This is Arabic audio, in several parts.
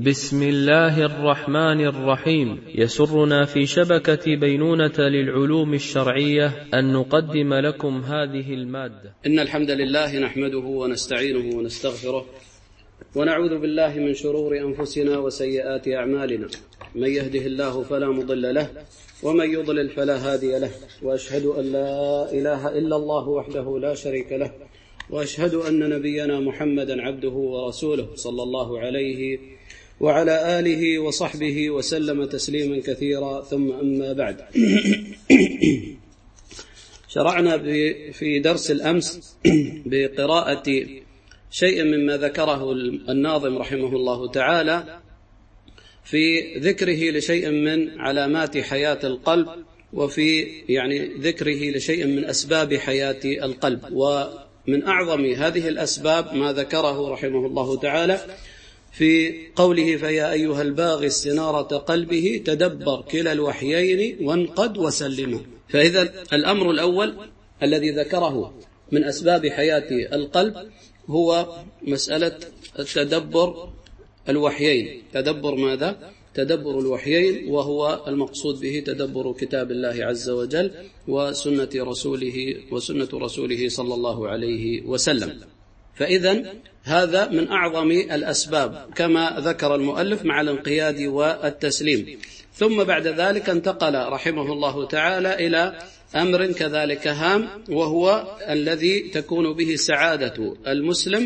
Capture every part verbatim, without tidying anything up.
بسم الله الرحمن الرحيم. يسرنا في شبكة بينونة للعلوم الشرعية أن نقدم لكم هذه المادة. إن الحمد لله نحمده ونستعينه ونستغفره ونعوذ بالله من شرور أنفسنا وسيئات أعمالنا، من يهده الله فلا مضل له ومن يضلل فلا هادي له، وأشهد أن لا إله إلا الله وحده لا شريك له، وأشهد أن نبينا محمدا عبده ورسوله صلى الله عليه وعلى آله وصحبه وسلم تسليما كثيرا، ثم أما بعد. شرعنا في درس الأمس بقراءة شيء مما ذكره الناظم رحمه الله تعالى في ذكره لشيء من علامات حياة القلب، وفي يعني ذكره لشيء من أسباب حياة القلب. ومن أعظم هذه الأسباب ما ذكره رحمه الله تعالى في قوله: فيا أيها الباغي استنارة قلبه تدبر كلا الوحيين وانقد وسلما. فإذا الأمر الأول الذي ذكره من أسباب حياة القلب هو مسألة التدبر الوحيين. تدبر ماذا؟ تدبر الوحيين، وهو المقصود به تدبر كتاب الله عز وجل وسنة رسوله وسنة رسوله صلى الله عليه وسلم. فإذا هذا من أعظم الأسباب كما ذكر المؤلف مع الانقياد والتسليم. ثم بعد ذلك انتقل رحمه الله تعالى إلى أمر كذلك هام، وهو الذي تكون به سعادة المسلم،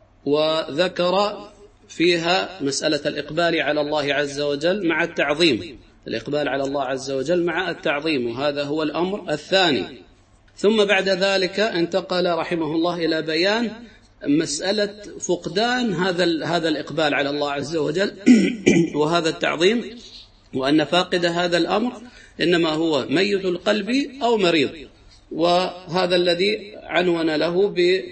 وذكر فيها مسألة الإقبال على الله عز وجل مع التعظيم. الإقبال على الله عز وجل مع التعظيم، وهذا هو الأمر الثاني. ثم بعد ذلك انتقل رحمه الله إلى بيان مسألة فقدان هذا هذا الإقبال على الله عز وجل وهذا التعظيم، وأن فاقد هذا الأمر إنما هو ميت القلب أو مريض. وهذا الذي عنون له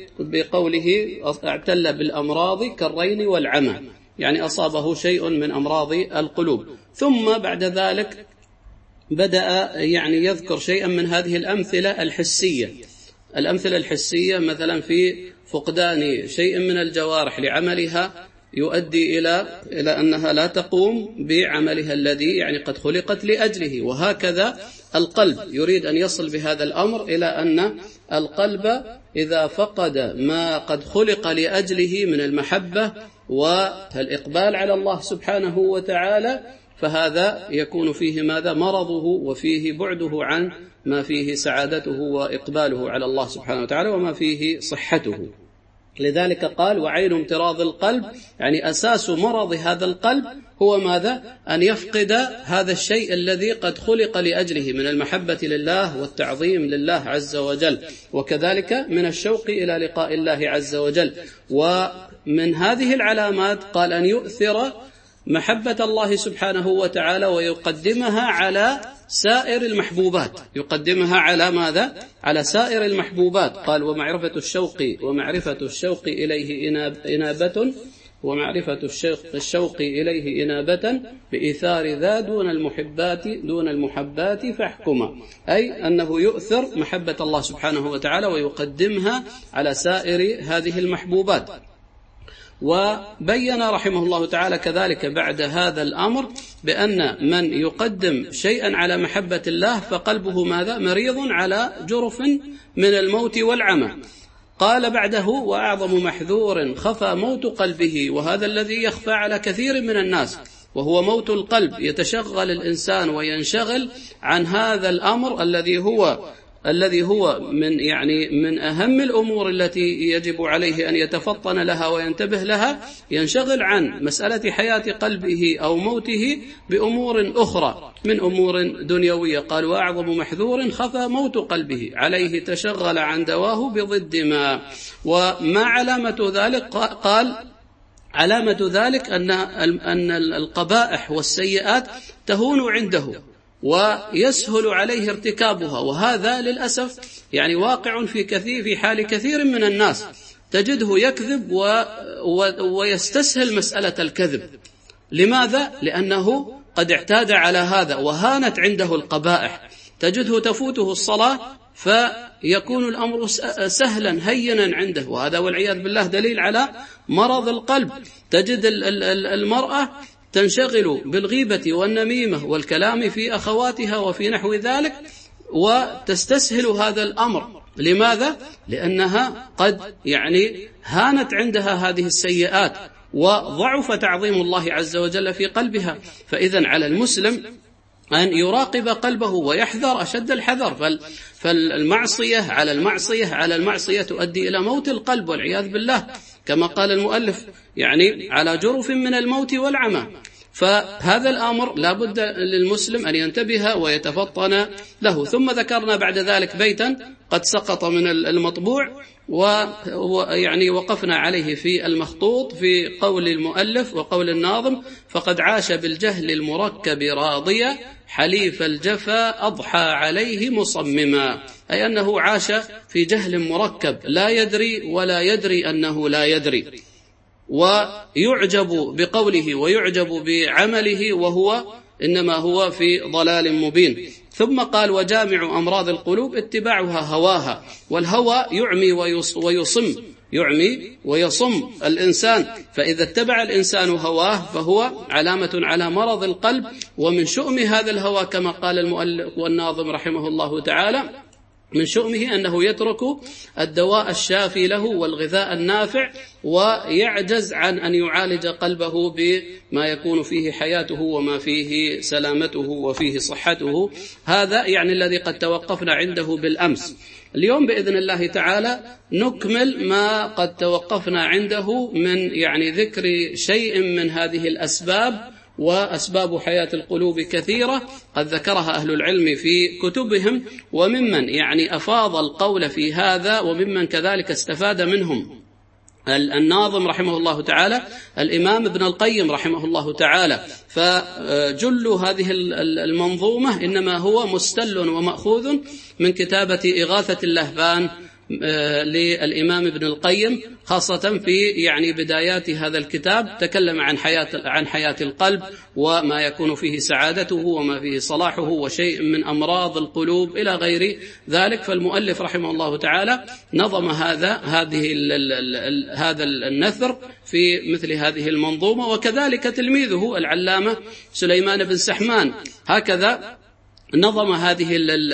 بقوله: اعتل بالأمراض كالرين والعمى، يعني أصابه شيء من أمراض القلوب. ثم بعد ذلك بدأ يعني يذكر شيئا من هذه الأمثلة الحسية. الأمثلة الحسية مثلا في فقدان شيء من الجوارح لعملها يؤدي إلى إلى أنها لا تقوم بعملها الذي يعني قد خلقت لأجله. وهكذا القلب يريد أن يصل بهذا الأمر إلى أن القلب إذا فقد ما قد خلق لأجله من المحبة والإقبال على الله سبحانه وتعالى، فهذا يكون فيه ماذا؟ مرضه، وفيه بعده عن ما فيه سعادته وإقباله على الله سبحانه وتعالى وما فيه صحته. لذلك قال: وعين امتراض القلب، يعني أساس مرض هذا القلب هو ماذا؟ أن يفقد هذا الشيء الذي قد خلق لأجله من المحبة لله والتعظيم لله عز وجل، وكذلك من الشوق إلى لقاء الله عز وجل. ومن هذه العلامات قال أن يؤثر محبة الله سبحانه وتعالى ويقدمها على سائر المحبوبات. يقدمها على ماذا؟ على سائر المحبوبات. قال: ومعرفة الشوق ومعرفة الشوق إليه إنابة ومعرفة الشوق, الشوق إليه إنابة بإيثار ذا دون المحبات دون المحبات فاحكما، أي أنه يؤثر محبة الله سبحانه وتعالى ويقدمها على سائر هذه المحبوبات. وبين رحمه الله تعالى كذلك بعد هذا الأمر بأن من يقدم شيئا على محبة الله فقلبه ماذا؟ مريض على جرف من الموت والعمى. قال بعده: وأعظم محذور خفى موت قلبه، وهذا الذي يخفى على كثير من الناس، وهو موت القلب. يتشغل الإنسان وينشغل عن هذا الأمر الذي هو الذي هو من يعني من أهم الأمور التي يجب عليه أن يتفطن لها وينتبه لها. ينشغل عن مسألة حياة قلبه أو موته بأمور أخرى من أمور دنيوية. قال: وأعظم محذور خفى موت قلبه، عليه تشغل عن دواه بضد ما. وما علامة ذلك؟ قال: علامة ذلك أن أن القبائح والسيئات تهون عنده ويسهل عليه ارتكابها. وهذا للأسف يعني واقع في كثير في حال كثير من الناس. تجده يكذب و و ويستسهل مسألة الكذب. لماذا؟ لأنه قد اعتاد على هذا وهانت عنده القبائح. تجده تفوته الصلاة فيكون الأمر سهلا هينا عنده، وهذا والعياذ بالله دليل على مرض القلب. تجد المرأة تنشغل بالغيبة والنميمة والكلام في أخواتها وفي نحو ذلك، وتستسهل هذا الأمر. لماذا؟ لأنها قد يعني هانت عندها هذه السيئات وضعف تعظيم الله عز وجل في قلبها. فإذن على المسلم أن يراقب قلبه ويحذر أشد الحذر، فالمعصية على المعصية على المعصية تؤدي إلى موت القلب والعياذ بالله، كما قال المؤلف يعني على جرف من الموت والعمى. فهذا الأمر لا بد للمسلم أن ينتبه ويتفطن له. ثم ذكرنا بعد ذلك بيتا قد سقط من المطبوع، ويعني وقفنا عليه في المخطوط في قول المؤلف وقول الناظم: فقد عاش بالجهل المركب راضيا، حليف الجفا أضحى عليه مصمما. أي أنه عاش في جهل مركب، لا يدري ولا يدري أنه لا يدري، ويعجب بقوله ويعجب بعمله، وهو إنما هو في ضلال مبين. ثم قال: وجامع أمراض القلوب اتباعها هواها. والهوى يعمي ويصم، يعمي ويصم الإنسان، فإذا اتبع الإنسان هواه فهو علامة على مرض القلب. ومن شؤم هذا الهوى كما قال المؤلف والناظم رحمه الله تعالى: من شؤمه أنه يترك الدواء الشافي له والغذاء النافع، ويعجز عن أن يعالج قلبه بما يكون فيه حياته وما فيه سلامته وفيه صحته. هذا يعني الذي قد توقفنا عنده بالأمس. اليوم بإذن الله تعالى نكمل ما قد توقفنا عنده من يعني ذكر شيء من هذه الأسباب. وأسباب حياة القلوب كثيرة قد ذكرها أهل العلم في كتبهم، وممن يعني أفاض القول في هذا وممن كذلك استفاد منهم الناظم رحمه الله تعالى الإمام ابن القيم رحمه الله تعالى. فجل هذه المنظومة إنما هو مستل ومأخوذ من كتابة إغاثة اللهفان للإمام ابن القيم، خاصة في يعني بدايات هذا الكتاب تكلم عن حياة عن حياة القلب وما يكون فيه سعادته وما فيه صلاحه وشيء من أمراض القلوب إلى غير ذلك. فالمؤلف رحمه الله تعالى نظم هذا هذه ال ال ال هذا النثر في مثل هذه المنظومة، وكذلك تلميذه العلامة سليمان بن سحمان هكذا نظم هذه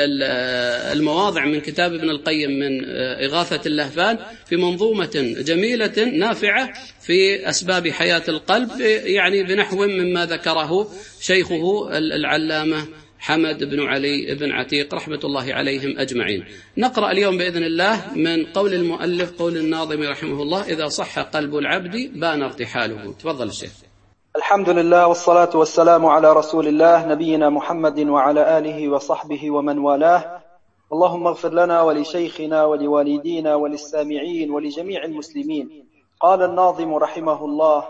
المواضع من كتاب ابن القيم من إغاثة اللهفان في منظومة جميلة نافعة في أسباب حياة القلب، يعني بنحو مما ذكره شيخه العلامة حمد بن علي بن عتيق رحمة الله عليهم أجمعين. نقرأ اليوم بإذن الله من قول المؤلف قول الناظم رحمه الله: إذا صح قلب العبد بان ارتحاله. تفضل الشيخ. الحمد لله والصلاة والسلام على رسول الله نبينا محمد وعلى آله وصحبه ومن والاه. اللهم اغفر لنا ولشيخنا ولوالدينا وللسامعين ولجميع المسلمين. قال الناظم رحمه الله: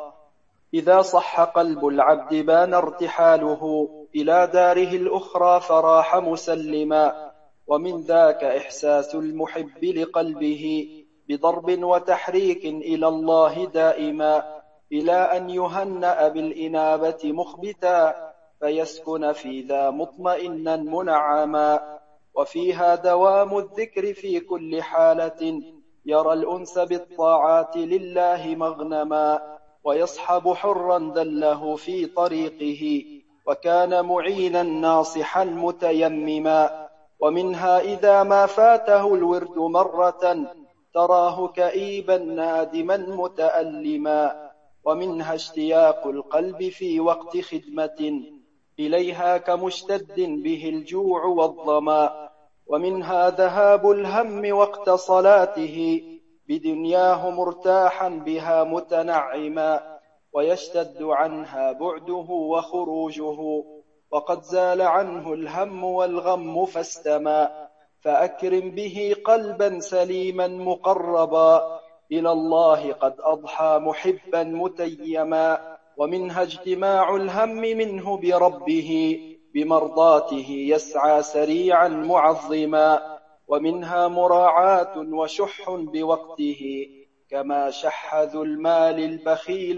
إذا صح قلب العبد بان ارتحاله، إلى داره الأخرى فراح مسلما. ومن ذاك إحساس المحب لقلبه، بضرب وتحريك إلى الله دائما، إلى أن يهنأ بالإنابة مخبتا، فيسكن في ذا مطمئنا منعما. وفيها دوام الذكر في كل حالة، يرى الأنس بالطاعات لله مغنما، ويصحب حرا دله في طريقه، وكان معينا ناصحا متيمما. ومنها إذا ما فاته الورد مرة، تراه كئيبا نادما متألما. ومنها اشتياق القلب في وقت خدمة، إليها كمشتد به الجوع والظما. ومنها ذهاب الهم وقت صلاته، بدنياه مرتاحا بها متنعما، ويشتد عنها بعده وخروجه، وقد زال عنه الهم والغم فاستمى. فأكرم به قلبا سليما مقربا، إلى الله قد أضحى محبا متيما. ومنها اجتماع الهم منه بربه، بمرضاته يسعى سريعا معظما. ومنها مراعاة وشح بوقته، كما شح ذو المال البخيل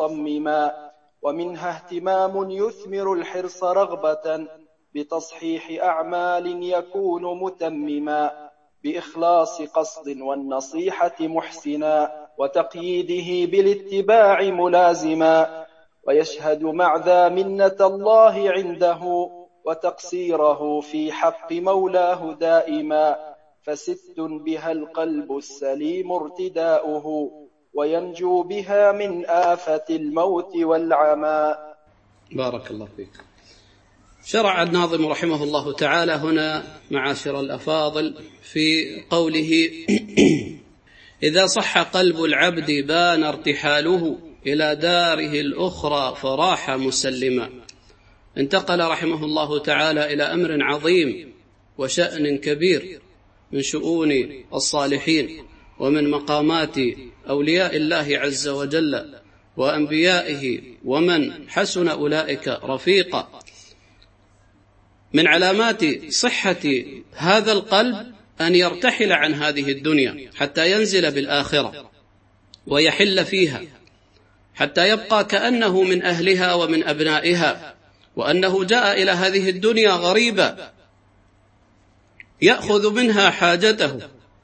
مصمما. ومنها اهتمام يثمر الحرص رغبة، بتصحيح أعمال يكون متمما. بإخلاص قصد والنصيحة محسنا، وتقييده بالاتباع ملازما، ويشهد مع ذا منة الله عنده وتقصيره في حق مولاه دائما، فست بها القلب السليم ارتداؤه، وينجو بها من آفة الموت والعمى. بارك الله فيك. شرع الناظم رحمه الله تعالى هنا معاشر الأفاضل في قوله: إذا صح قلب العبد بان ارتحاله إلى داره الأخرى فراح مسلما. انتقل رحمه الله تعالى إلى أمر عظيم وشأن كبير من شؤون الصالحين ومن مقامات أولياء الله عز وجل وأنبيائه ومن حسن أولئك رفيقا. من علامات صحة هذا القلب أن يرتحل عن هذه الدنيا حتى ينزل بالآخرة ويحل فيها، حتى يبقى كأنه من أهلها ومن أبنائها، وأنه جاء إلى هذه الدنيا غريبا يأخذ منها حاجته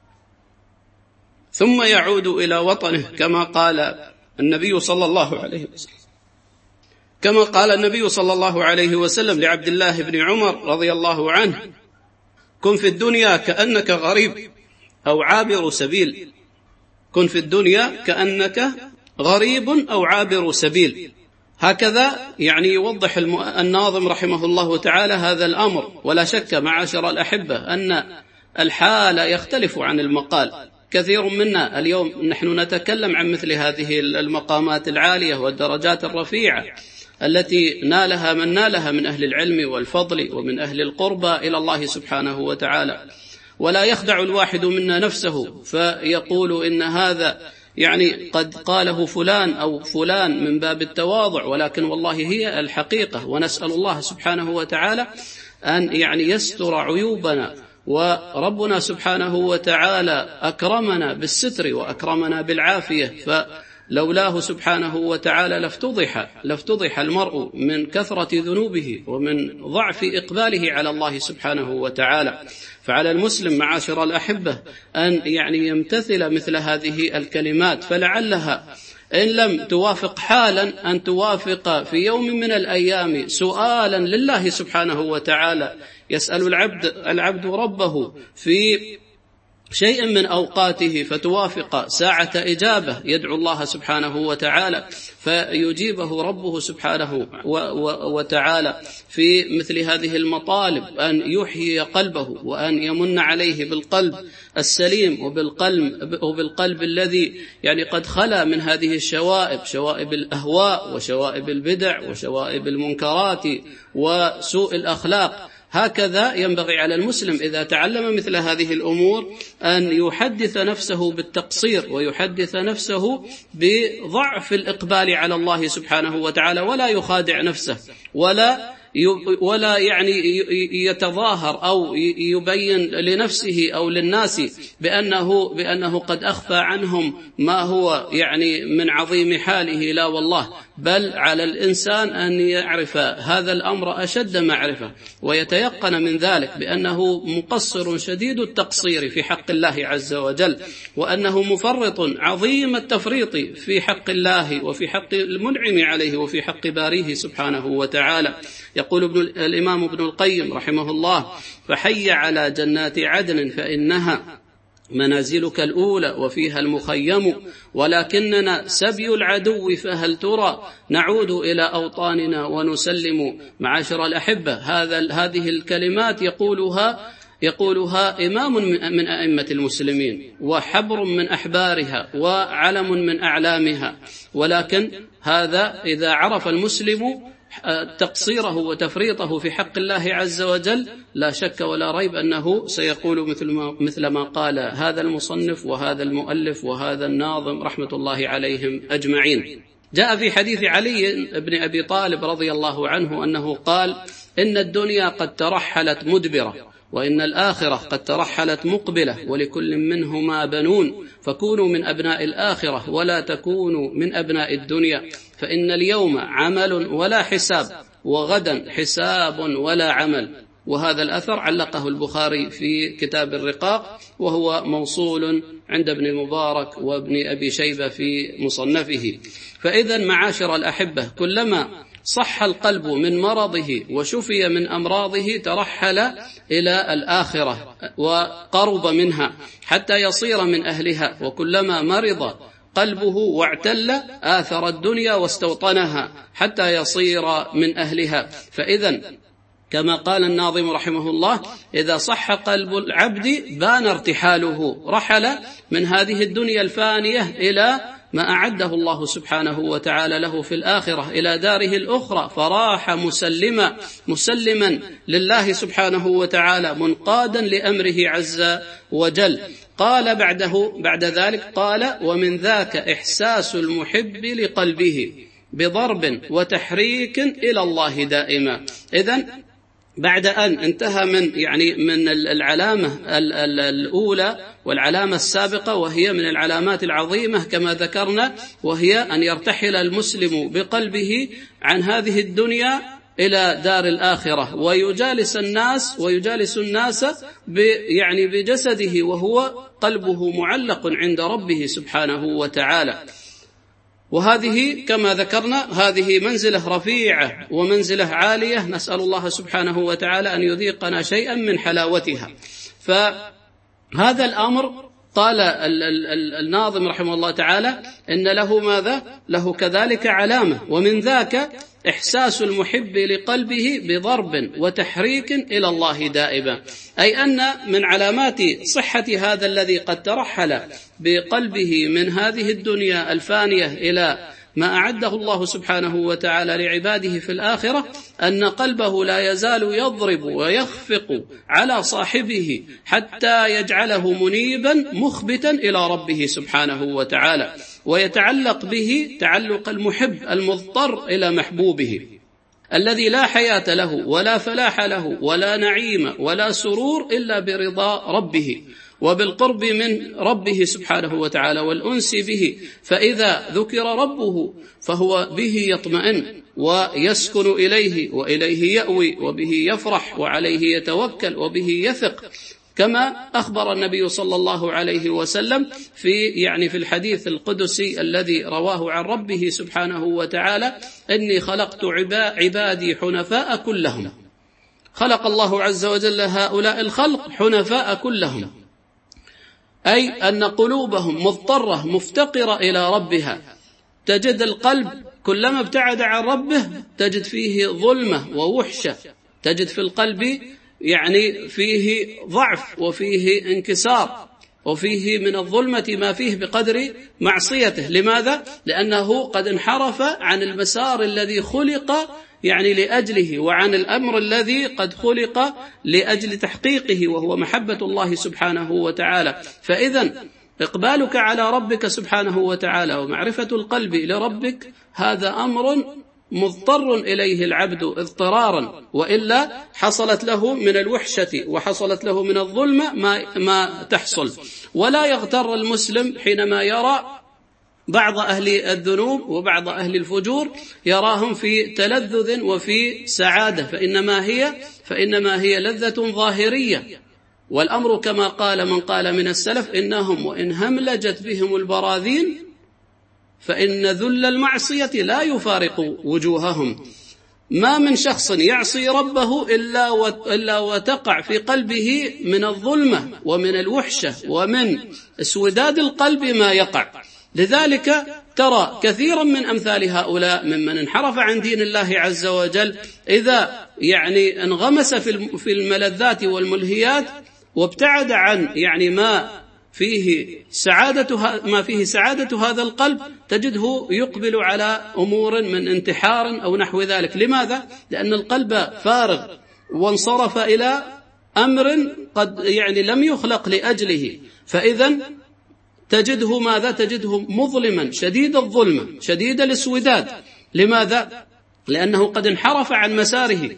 ثم يعود إلى وطنه، كما قال النبي صلى الله عليه وسلم كما قال النبي صلى الله عليه وسلم لعبد الله بن عمر رضي الله عنه: كن في الدنيا كأنك غريب أو عابر سبيل. كن في الدنيا كأنك غريب أو عابر سبيل. هكذا يعني يوضح الناظم رحمه الله تعالى هذا الأمر. ولا شك معاشر الأحبة أن الحال يختلف عن المقال. كثير منا اليوم نحن نتكلم عن مثل هذه المقامات العالية والدرجات الرفيعة التي نالها من نالها من أهل العلم والفضل ومن أهل القربى إلى الله سبحانه وتعالى، ولا يخدع الواحد منا نفسه فيقول إن هذا يعني قد قاله فلان أو فلان من باب التواضع، ولكن والله هي الحقيقة. ونسأل الله سبحانه وتعالى أن يعني يستر عيوبنا، وربنا سبحانه وتعالى أكرمنا بالستر وأكرمنا بالعافية، فلولاه سبحانه وتعالى لافتضح لافتضح المرء من كثرة ذنوبه ومن ضعف إقباله على الله سبحانه وتعالى. فعلى المسلم معاشر الأحبة أن يعني يمتثل مثل هذه الكلمات، فلعلها إن لم توافق حالا أن توافق في يوم من الأيام سؤالا لله سبحانه وتعالى. يسأل العبد العبد ربه في شيء من أوقاته فتوافق ساعة إجابة، يدعو الله سبحانه وتعالى فيجيبه ربه سبحانه وتعالى في مثل هذه المطالب، أن يحيي قلبه وأن يمن عليه بالقلب السليم وبالقلب, وبالقلب الذي يعني قد خلا من هذه الشوائب، شوائب الأهواء وشوائب البدع وشوائب المنكرات وسوء الأخلاق. هكذا ينبغي على المسلم إذا تعلم مثل هذه الأمور أن يحدث نفسه بالتقصير ويحدث نفسه بضعف الإقبال على الله سبحانه وتعالى، ولا يخادع نفسه ولا ولا يعني يتظاهر أو يبين لنفسه أو للناس بأنه بأنه قد أخفى عنهم ما هو يعني من عظيم حاله. لا والله، بل على الإنسان أن يعرف هذا الأمر أشد معرفة ويتيقن من ذلك بأنه مقصر شديد التقصير في حق الله عز وجل، وأنه مفرط عظيم التفريط في حق الله وفي حق المنعم عليه وفي حق باريه سبحانه وتعالى. يقول ابن الإمام ابن القيم رحمه الله: فحي على جنات عدن فإنها منازلك الأولى وفيها المخيم، ولكننا سبي العدو فهل ترى نعود إلى أوطاننا ونسلم. معاشر الأحبة، هذا هذه الكلمات يقولها يقولها إمام من أئمة المسلمين وحبر من أحبارها وعلم من أعلامها، ولكن هذا إذا عرف المسلم تقصيره وتفريطه في حق الله عز وجل لا شك ولا ريب أنه سيقول مثل ما, مثل ما قال هذا المصنف وهذا المؤلف وهذا الناظم رحمة الله عليهم أجمعين. جاء في حديث علي بن أبي طالب رضي الله عنه أنه قال: إن الدنيا قد ترحلت مدبرة، وإن الآخرة قد ترحلت مقبلة، ولكل منهما بنون، فكونوا من أبناء الآخرة ولا تكونوا من أبناء الدنيا، فإن اليوم عمل ولا حساب، وغدا حساب ولا عمل، وهذا الأثر علقه البخاري في كتاب الرقاق، وهو موصول عند ابن المبارك وابن أبي شيبة في مصنفه. فإذا معاشر الأحبة، كلما صح القلب من مرضه وشفي من أمراضه ترحل إلى الآخرة وقرب منها حتى يصير من أهلها، وكلما مرض قلبه واعتل آثر الدنيا واستوطنها حتى يصير من أهلها. فإذا كما قال الناظم رحمه الله: إذا صح قلب العبد بان ارتحاله، رحل من هذه الدنيا الفانية إلى ما أعده الله سبحانه وتعالى له في الآخرة، إلى داره الأخرى، فراح مسلما مسلما لله سبحانه وتعالى، منقادا لأمره عز وجل. قال بعده بعد ذلك قال: ومن ذاك إحساس المحب لقلبه بضرب وتحريك إلى الله دائما. إذن بعد أن انتهى من يعني من العلامة الأولى والعلامة السابقة، وهي من العلامات العظيمة كما ذكرنا، وهي أن يرتحل المسلم بقلبه عن هذه الدنيا إلى دار الآخرة، ويجالس الناس ويجالس الناس يعني بجسده وهو قلبه معلق عند ربه سبحانه وتعالى. وهذه كما ذكرنا هذه منزلة رفيعة ومنزلة عالية، نسأل الله سبحانه وتعالى أن يذيقنا شيئا من حلاوتها. فهذا الأمر قال الناظم رحمه الله تعالى إن له ماذا؟ له كذلك علامة: ومن ذاك إحساس المحب لقلبه بضرب وتحريك إلى الله دائما. أي أن من علامات صحة هذا الذي قد ترحل بقلبه من هذه الدنيا الفانية إلى ما أعده الله سبحانه وتعالى لعباده في الآخرة أن قلبه لا يزال يضرب ويخفق على صاحبه حتى يجعله منيبا مخبتا إلى ربه سبحانه وتعالى، ويتعلق به تعلق المحب المضطر إلى محبوبه الذي لا حياة له ولا فلاح له ولا نعيم ولا سرور إلا برضا ربه وبالقرب من ربه سبحانه وتعالى والأنس به. فإذا ذكر ربه فهو به يطمئن ويسكن إليه وإليه يأوي وبه يفرح وعليه يتوكل وبه يثق، كما أخبر النبي صلى الله عليه وسلم في يعني في الحديث القدسي الذي رواه عن ربه سبحانه وتعالى: إني خلقت عبادي حنفاء كلهم. خلق الله عز وجل هؤلاء الخلق حنفاء كلهم، أي أن قلوبهم مضطرة مفتقرة إلى ربها. تجد القلب كلما ابتعد عن ربه تجد فيه ظلمة ووحشة، تجد في القلب يعني فيه ضعف وفيه انكسار وفيه من الظلمة ما فيه بقدر معصيته. لماذا؟ لأنه قد انحرف عن المسار الذي خلق يعني لأجله، وعن الأمر الذي قد خلق لأجل تحقيقه، وهو محبة الله سبحانه وتعالى. فإذا إقبالك على ربك سبحانه وتعالى ومعرفة القلب لربك هذا أمر مضطر إليه العبد اضطرارا، وإلا حصلت له من الوحشة وحصلت له من الظلمة ما, ما تحصل. ولا يغتر المسلم حينما يرى بعض أهل الذنوب وبعض أهل الفجور يراهم في تلذذ وفي سعادة، فإنما هي فإنما هي لذة ظاهرية. والأمر كما قال من قال من السلف: إنهم وإن هملجت بهم البراذين فإن ذل المعصية لا يفارق وجوههم. ما من شخص يعصي ربه إلا وتقع في قلبه من الظلمة ومن الوحشة ومن اسوداد القلب ما يقع. لذلك ترى كثيرا من أمثال هؤلاء ممن انحرف عن دين الله عز وجل إذا يعني انغمس في الملذات والملهيات وابتعد عن يعني ما فيه سعادة ما فيه سعادة هذا القلب، تجده يقبل على أمور من انتحار أو نحو ذلك. لماذا؟ لأن القلب فارغ وانصرف إلى أمر قد يعني لم يخلق لأجله. فإذا تجده ماذا؟ تجده مظلما شديد الظلمة شديد الاسوداد. لماذا؟ لأنه قد انحرف عن مساره.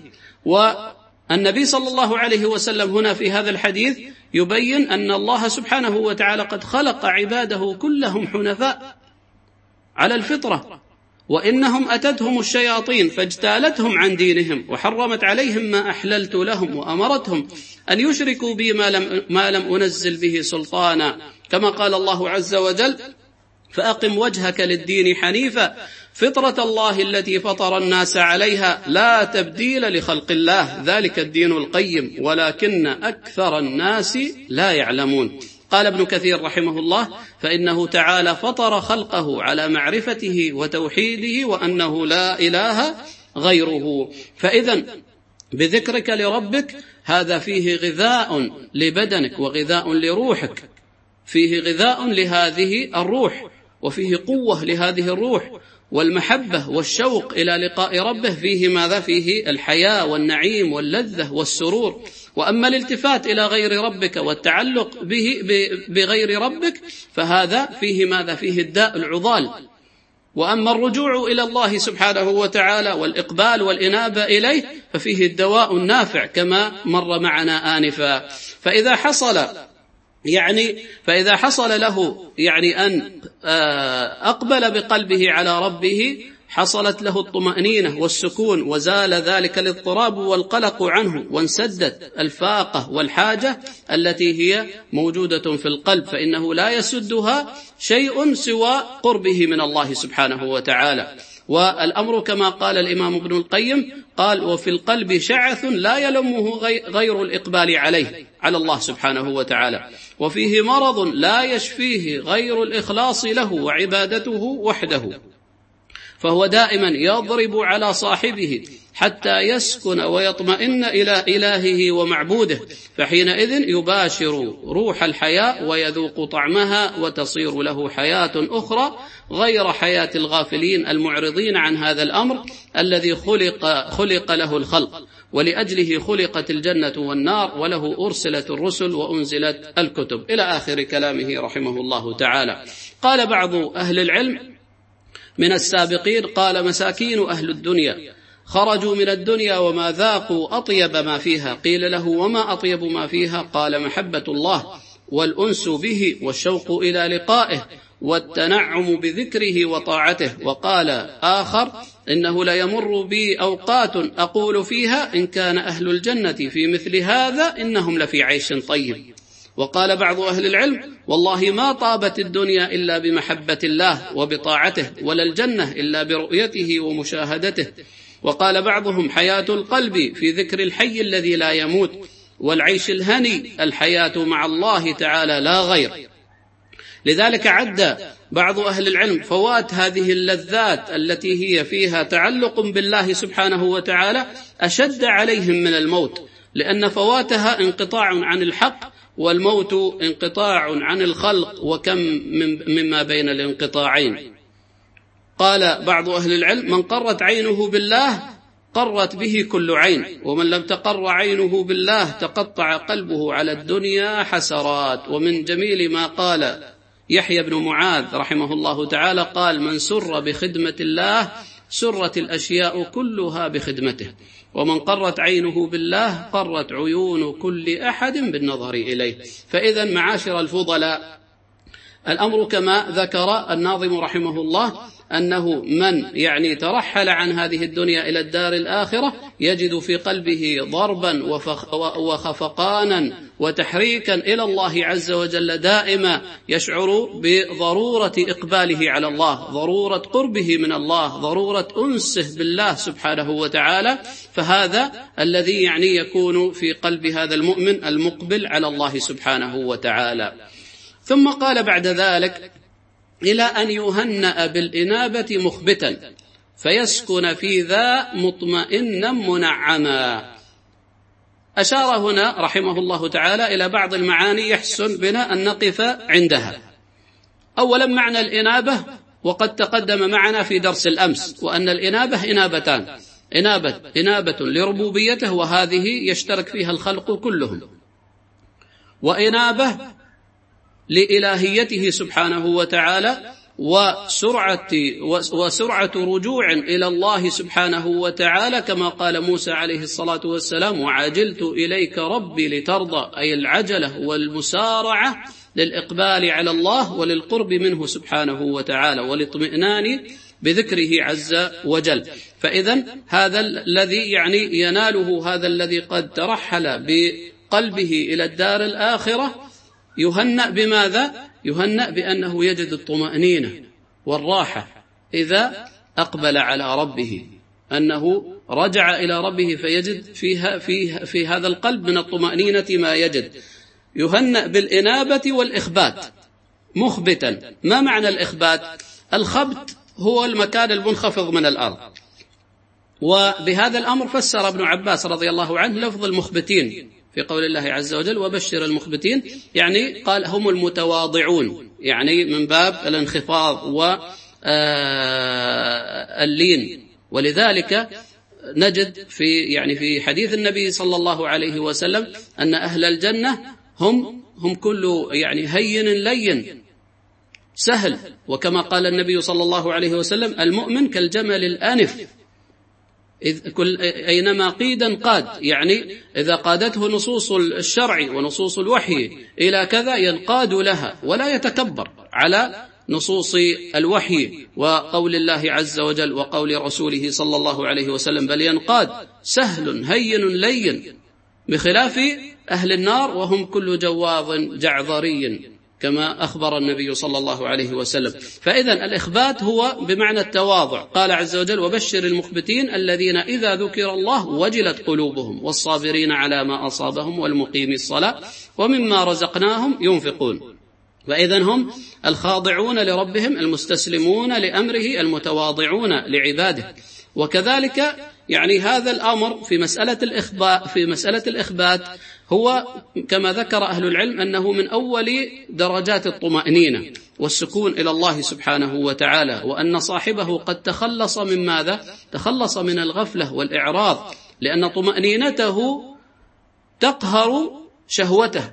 والنبي صلى الله عليه وسلم هنا في هذا الحديث يبين أن الله سبحانه وتعالى قد خلق عباده كلهم حنفاء على الفطرة، وإنهم أتتهم الشياطين فاجتالتهم عن دينهم وحرمت عليهم ما أحللت لهم وأمرتهم أن يشركوا بي ما لم, ما لم أنزل به سلطانا، كما قال الله عز وجل: فأقم وجهك للدين حنيفا فطرة الله التي فطر الناس عليها لا تبديل لخلق الله ذلك الدين القيم ولكن أكثر الناس لا يعلمون. قال ابن كثير رحمه الله: فإنه تعالى فطر خلقه على معرفته وتوحيده وأنه لا إله غيره. فإذا بذكرك لربك هذا فيه غذاء لبدنك وغذاء لروحك، فيه غذاء لهذه الروح وفيه قوة لهذه الروح، والمحبة والشوق إلى لقاء ربه فيه ماذا؟ فيه الحياة والنعيم واللذة والسرور. وأما الالتفات إلى غير ربك والتعلق به بغير ربك فهذا فيه ماذا؟ فيه الداء العضال. وأما الرجوع إلى الله سبحانه وتعالى والإقبال والإنابة إليه ففيه الدواء النافع كما مر معنا آنفا. فإذا حصل يعني فإذا حصل له يعني أن أقبل بقلبه على ربه حصلت له الطمأنينة والسكون وزال ذلك الاضطراب والقلق عنه وانسدت الفاقة والحاجة التي هي موجودة في القلب، فإنه لا يسدها شيء سوى قربه من الله سبحانه وتعالى. والأمر كما قال الإمام ابن القيم قال: وفي القلب شعث لا يلمه غير الإقبال عليه على الله سبحانه وتعالى، وفيه مرض لا يشفيه غير الإخلاص له وعبادته وحده، فهو دائما يضرب على صاحبه حتى يسكن ويطمئن إلى إلهه ومعبوده، فحينئذ يباشر روح الحياة ويذوق طعمها وتصير له حياة أخرى غير حياة الغافلين المعرضين عن هذا الأمر الذي خلق, خلق له الخلق، ولأجله خلقت الجنة والنار، وله أرسلت الرسل وأنزلت الكتب، إلى آخر كلامه رحمه الله تعالى. قال بعض أهل العلم من السابقين قال: مساكين أهل الدنيا خرجوا من الدنيا وما ذاقوا أطيب ما فيها. قيل له: وما أطيب ما فيها؟ قال: محبة الله والأنس به والشوق إلى لقائه والتنعم بذكره وطاعته. وقال آخر: إنه ليمر بي أوقات أقول فيها إن كان أهل الجنة في مثل هذا إنهم لفي عيش طيب. وقال بعض أهل العلم: والله ما طابت الدنيا إلا بمحبة الله وبطاعته، ولا الجنة إلا برؤيته ومشاهدته. وقال بعضهم: حياة القلب في ذكر الحي الذي لا يموت، والعيش الهني الحياة مع الله تعالى لا غير. لذلك عد بعض أهل العلم فوات هذه اللذات التي هي فيها تعلق بالله سبحانه وتعالى أشد عليهم من الموت، لأن فواتها انقطاع عن الحق، والموت انقطاع عن الخلق، وكم مما بين الانقطاعين. قال بعض أهل العلم: من قرت عينه بالله قرت به كل عين، ومن لم تقر عينه بالله تقطع قلبه على الدنيا حسرات. ومن جميل ما قال يحيى بن معاذ رحمه الله تعالى قال: من سر بخدمة الله سرت الأشياء كلها بخدمته، ومن قرت عينه بالله قرت عيون كل أحد بالنظر إليه. فإذا معاشر الفضلاء، الأمر كما ذكر الناظم رحمه الله أنه من يعني ترحل عن هذه الدنيا إلى الدار الآخرة يجد في قلبه ضربا وخفقانا وتحريكا إلى الله عز وجل دائما، يشعر بضرورة إقباله على الله، ضرورة قربه من الله، ضرورة أنسه بالله سبحانه وتعالى. فهذا الذي يعني يكون في قلب هذا المؤمن المقبل على الله سبحانه وتعالى. ثم قال بعد ذلك: إلى أن يهنأ بالإنابة مخبتا فيسكن في ذا مطمئنا منعما. أشار هنا رحمه الله تعالى إلى بعض المعاني يحسن بنا أن نقف عندها. أولا معنى الإنابة، وقد تقدم معنا في درس الأمس، وأن الإنابة إنابتان: إنابة, إنابة لربوبيته وهذه يشترك فيها الخلق كلهم، وإنابة لإلهيته سبحانه وتعالى وسرعة, وسرعة رجوع إلى الله سبحانه وتعالى، كما قال موسى عليه الصلاة والسلام: وعجلت إليك ربي لترضى، أي العجلة والمسارعة للإقبال على الله وللقرب منه سبحانه وتعالى، والاطمئنان بذكره عز وجل. فإذا هذا الذي يعني يناله هذا الذي قد ترحل بقلبه إلى الدار الآخرة يهنأ بماذا؟ يهنأ بأنه يجد الطمأنينة والراحة إذا أقبل على ربه، أنه رجع إلى ربه فيجد فيها في في هذا القلب من الطمأنينة ما يجد. يهنأ بالإنابة والإخبات مخبتا. ما معنى الإخبات؟ الخبت هو المكان المنخفض من الأرض، وبهذا الأمر فسر ابن عباس رضي الله عنه لفظ المخبتين في قول الله عز وجل وبشر المخبتين، يعني قال هم المتواضعون، يعني من باب الانخفاض واللين. ولذلك نجد في يعني في حديث النبي صلى الله عليه وسلم أن أهل الجنة هم هم كل يعني هين لين سهل، وكما قال النبي صلى الله عليه وسلم المؤمن كالجمل الآنف إذ كل أينما قيدا قاد، يعني إذا قادته نصوص الشرع ونصوص الوحي إلى كذا ينقاد لها ولا يتكبر على نصوص الوحي وقول الله عز وجل وقول رسوله صلى الله عليه وسلم، بل ينقاد سهل هين لين، بخلاف أهل النار وهم كل جواظ جعظري كما أخبر النبي صلى الله عليه وسلم. فإذا الإخبات هو بمعنى التواضع. قال عز وجل وبشر المخبتين الذين إذا ذكر الله وجلت قلوبهم والصابرين على ما أصابهم والمقيم الصلاة ومما رزقناهم ينفقون. فإذا هم الخاضعون لربهم المستسلمون لأمره المتواضعون لعباده. وكذلك يعني هذا الأمر في مسألة الإخبات في مسألة الإخبات هو كما ذكر أهل العلم أنه من أول درجات الطمأنينة والسكون إلى الله سبحانه وتعالى، وأن صاحبه قد تخلص من ماذا؟ تخلص من الغفلة والإعراض، لأن طمأنينته تقهر شهوته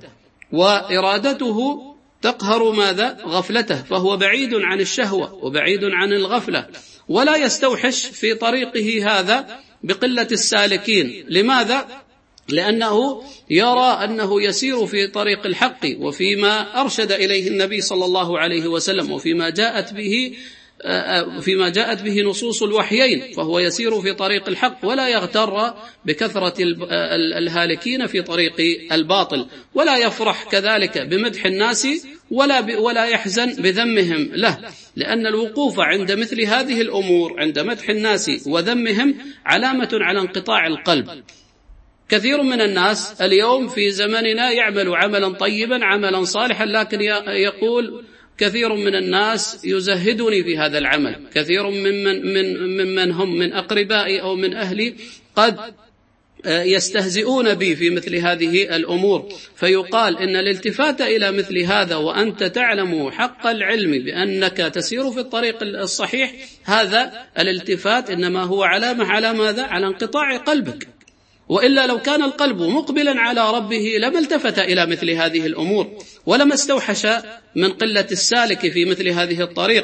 وإرادته تقهر ماذا؟ غفلته، فهو بعيد عن الشهوة وبعيد عن الغفلة، ولا يستوحش في طريقه هذا بقلة السالكين. لماذا؟ لأنه يرى أنه يسير في طريق الحق وفيما أرشد إليه النبي صلى الله عليه وسلم وفيما جاءت به فيما جاءت به نصوص الوحيين، فهو يسير في طريق الحق ولا يغتر بكثرة الهالكين في طريق الباطل، ولا يفرح كذلك بمدح الناس ولا ولا يحزن بذمهم له، لأن الوقوف عند مثل هذه الأمور عند مدح الناس وذمهم علامة على انقطاع القلب. كثير من الناس اليوم في زمننا يعمل عملا طيبا عملا صالحا، لكن يقول كثير من الناس يزهدني في هذا العمل، كثير ممن من ممن هم من أقربائي أو من أهلي قد يستهزئون بي في مثل هذه الأمور. فيقال إن الالتفات إلى مثل هذا وأنت تعلم حق العلم بأنك تسير في الطريق الصحيح، هذا الالتفات إنما هو علامة على ماذا؟ على انقطاع قلبك، وإلا لو كان القلب مقبلا على ربه لما التفت إلى مثل هذه الأمور ولما استوحش من قلة السالك في مثل هذه الطريق.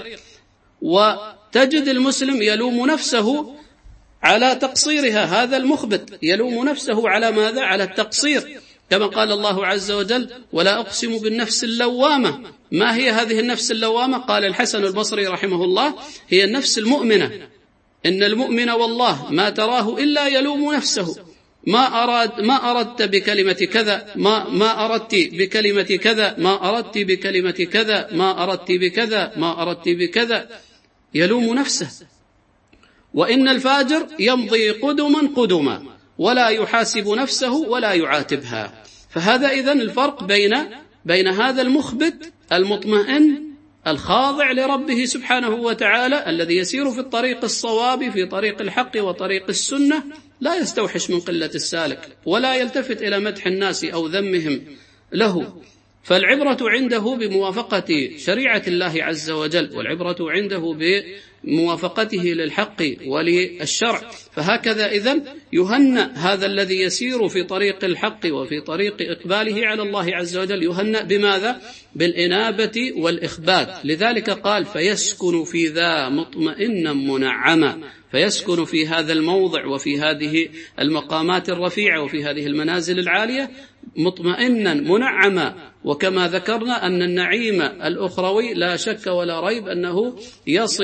وتجد المسلم يلوم نفسه على تقصيرها، هذا المخبت يلوم نفسه على ماذا؟ على التقصير، كما قال الله عز وجل ولا أقسم بالنفس اللوامة. ما هي هذه النفس اللوامة؟ قال الحسن البصري رحمه الله هي النفس المؤمنة، إن المؤمن والله ما تراه إلا يلوم نفسه، ما أراد ما أردت بكلمة كذا، ما ما أردت بكلمة كذا، ما أردت بكلمة كذا، ما أردت بكذا، ما أردت بكذا، يلوم نفسه. وإن الفاجر يمضي قدما قدما ولا يحاسب نفسه ولا يعاتبها. فهذا إذن الفرق بين بين هذا المخبت المطمئن الخاضع لربه سبحانه وتعالى الذي يسير في الطريق الصواب في طريق الحق وطريق السنة، لا يستوحش من قلة السالك ولا يلتفت إلى مدح الناس أو ذمهم له. فالعبرة عنده بموافقة شريعة الله عز وجل، والعبرة عنده بموافقته للحق وللشرع. فهكذا إذن يهنأ هذا الذي يسير في طريق الحق وفي طريق إقباله على الله عز وجل، يهنأ بماذا؟ بالإنابة والإخبات. لذلك قال فيسكن في ذا مطمئنا منعما، فيسكن في هذا الموضع وفي هذه المقامات الرفيعة وفي هذه المنازل العالية مطمئنا منعما. وكما ذكرنا أن النعيم الأخروي لا شك ولا ريب أنه يصل إلى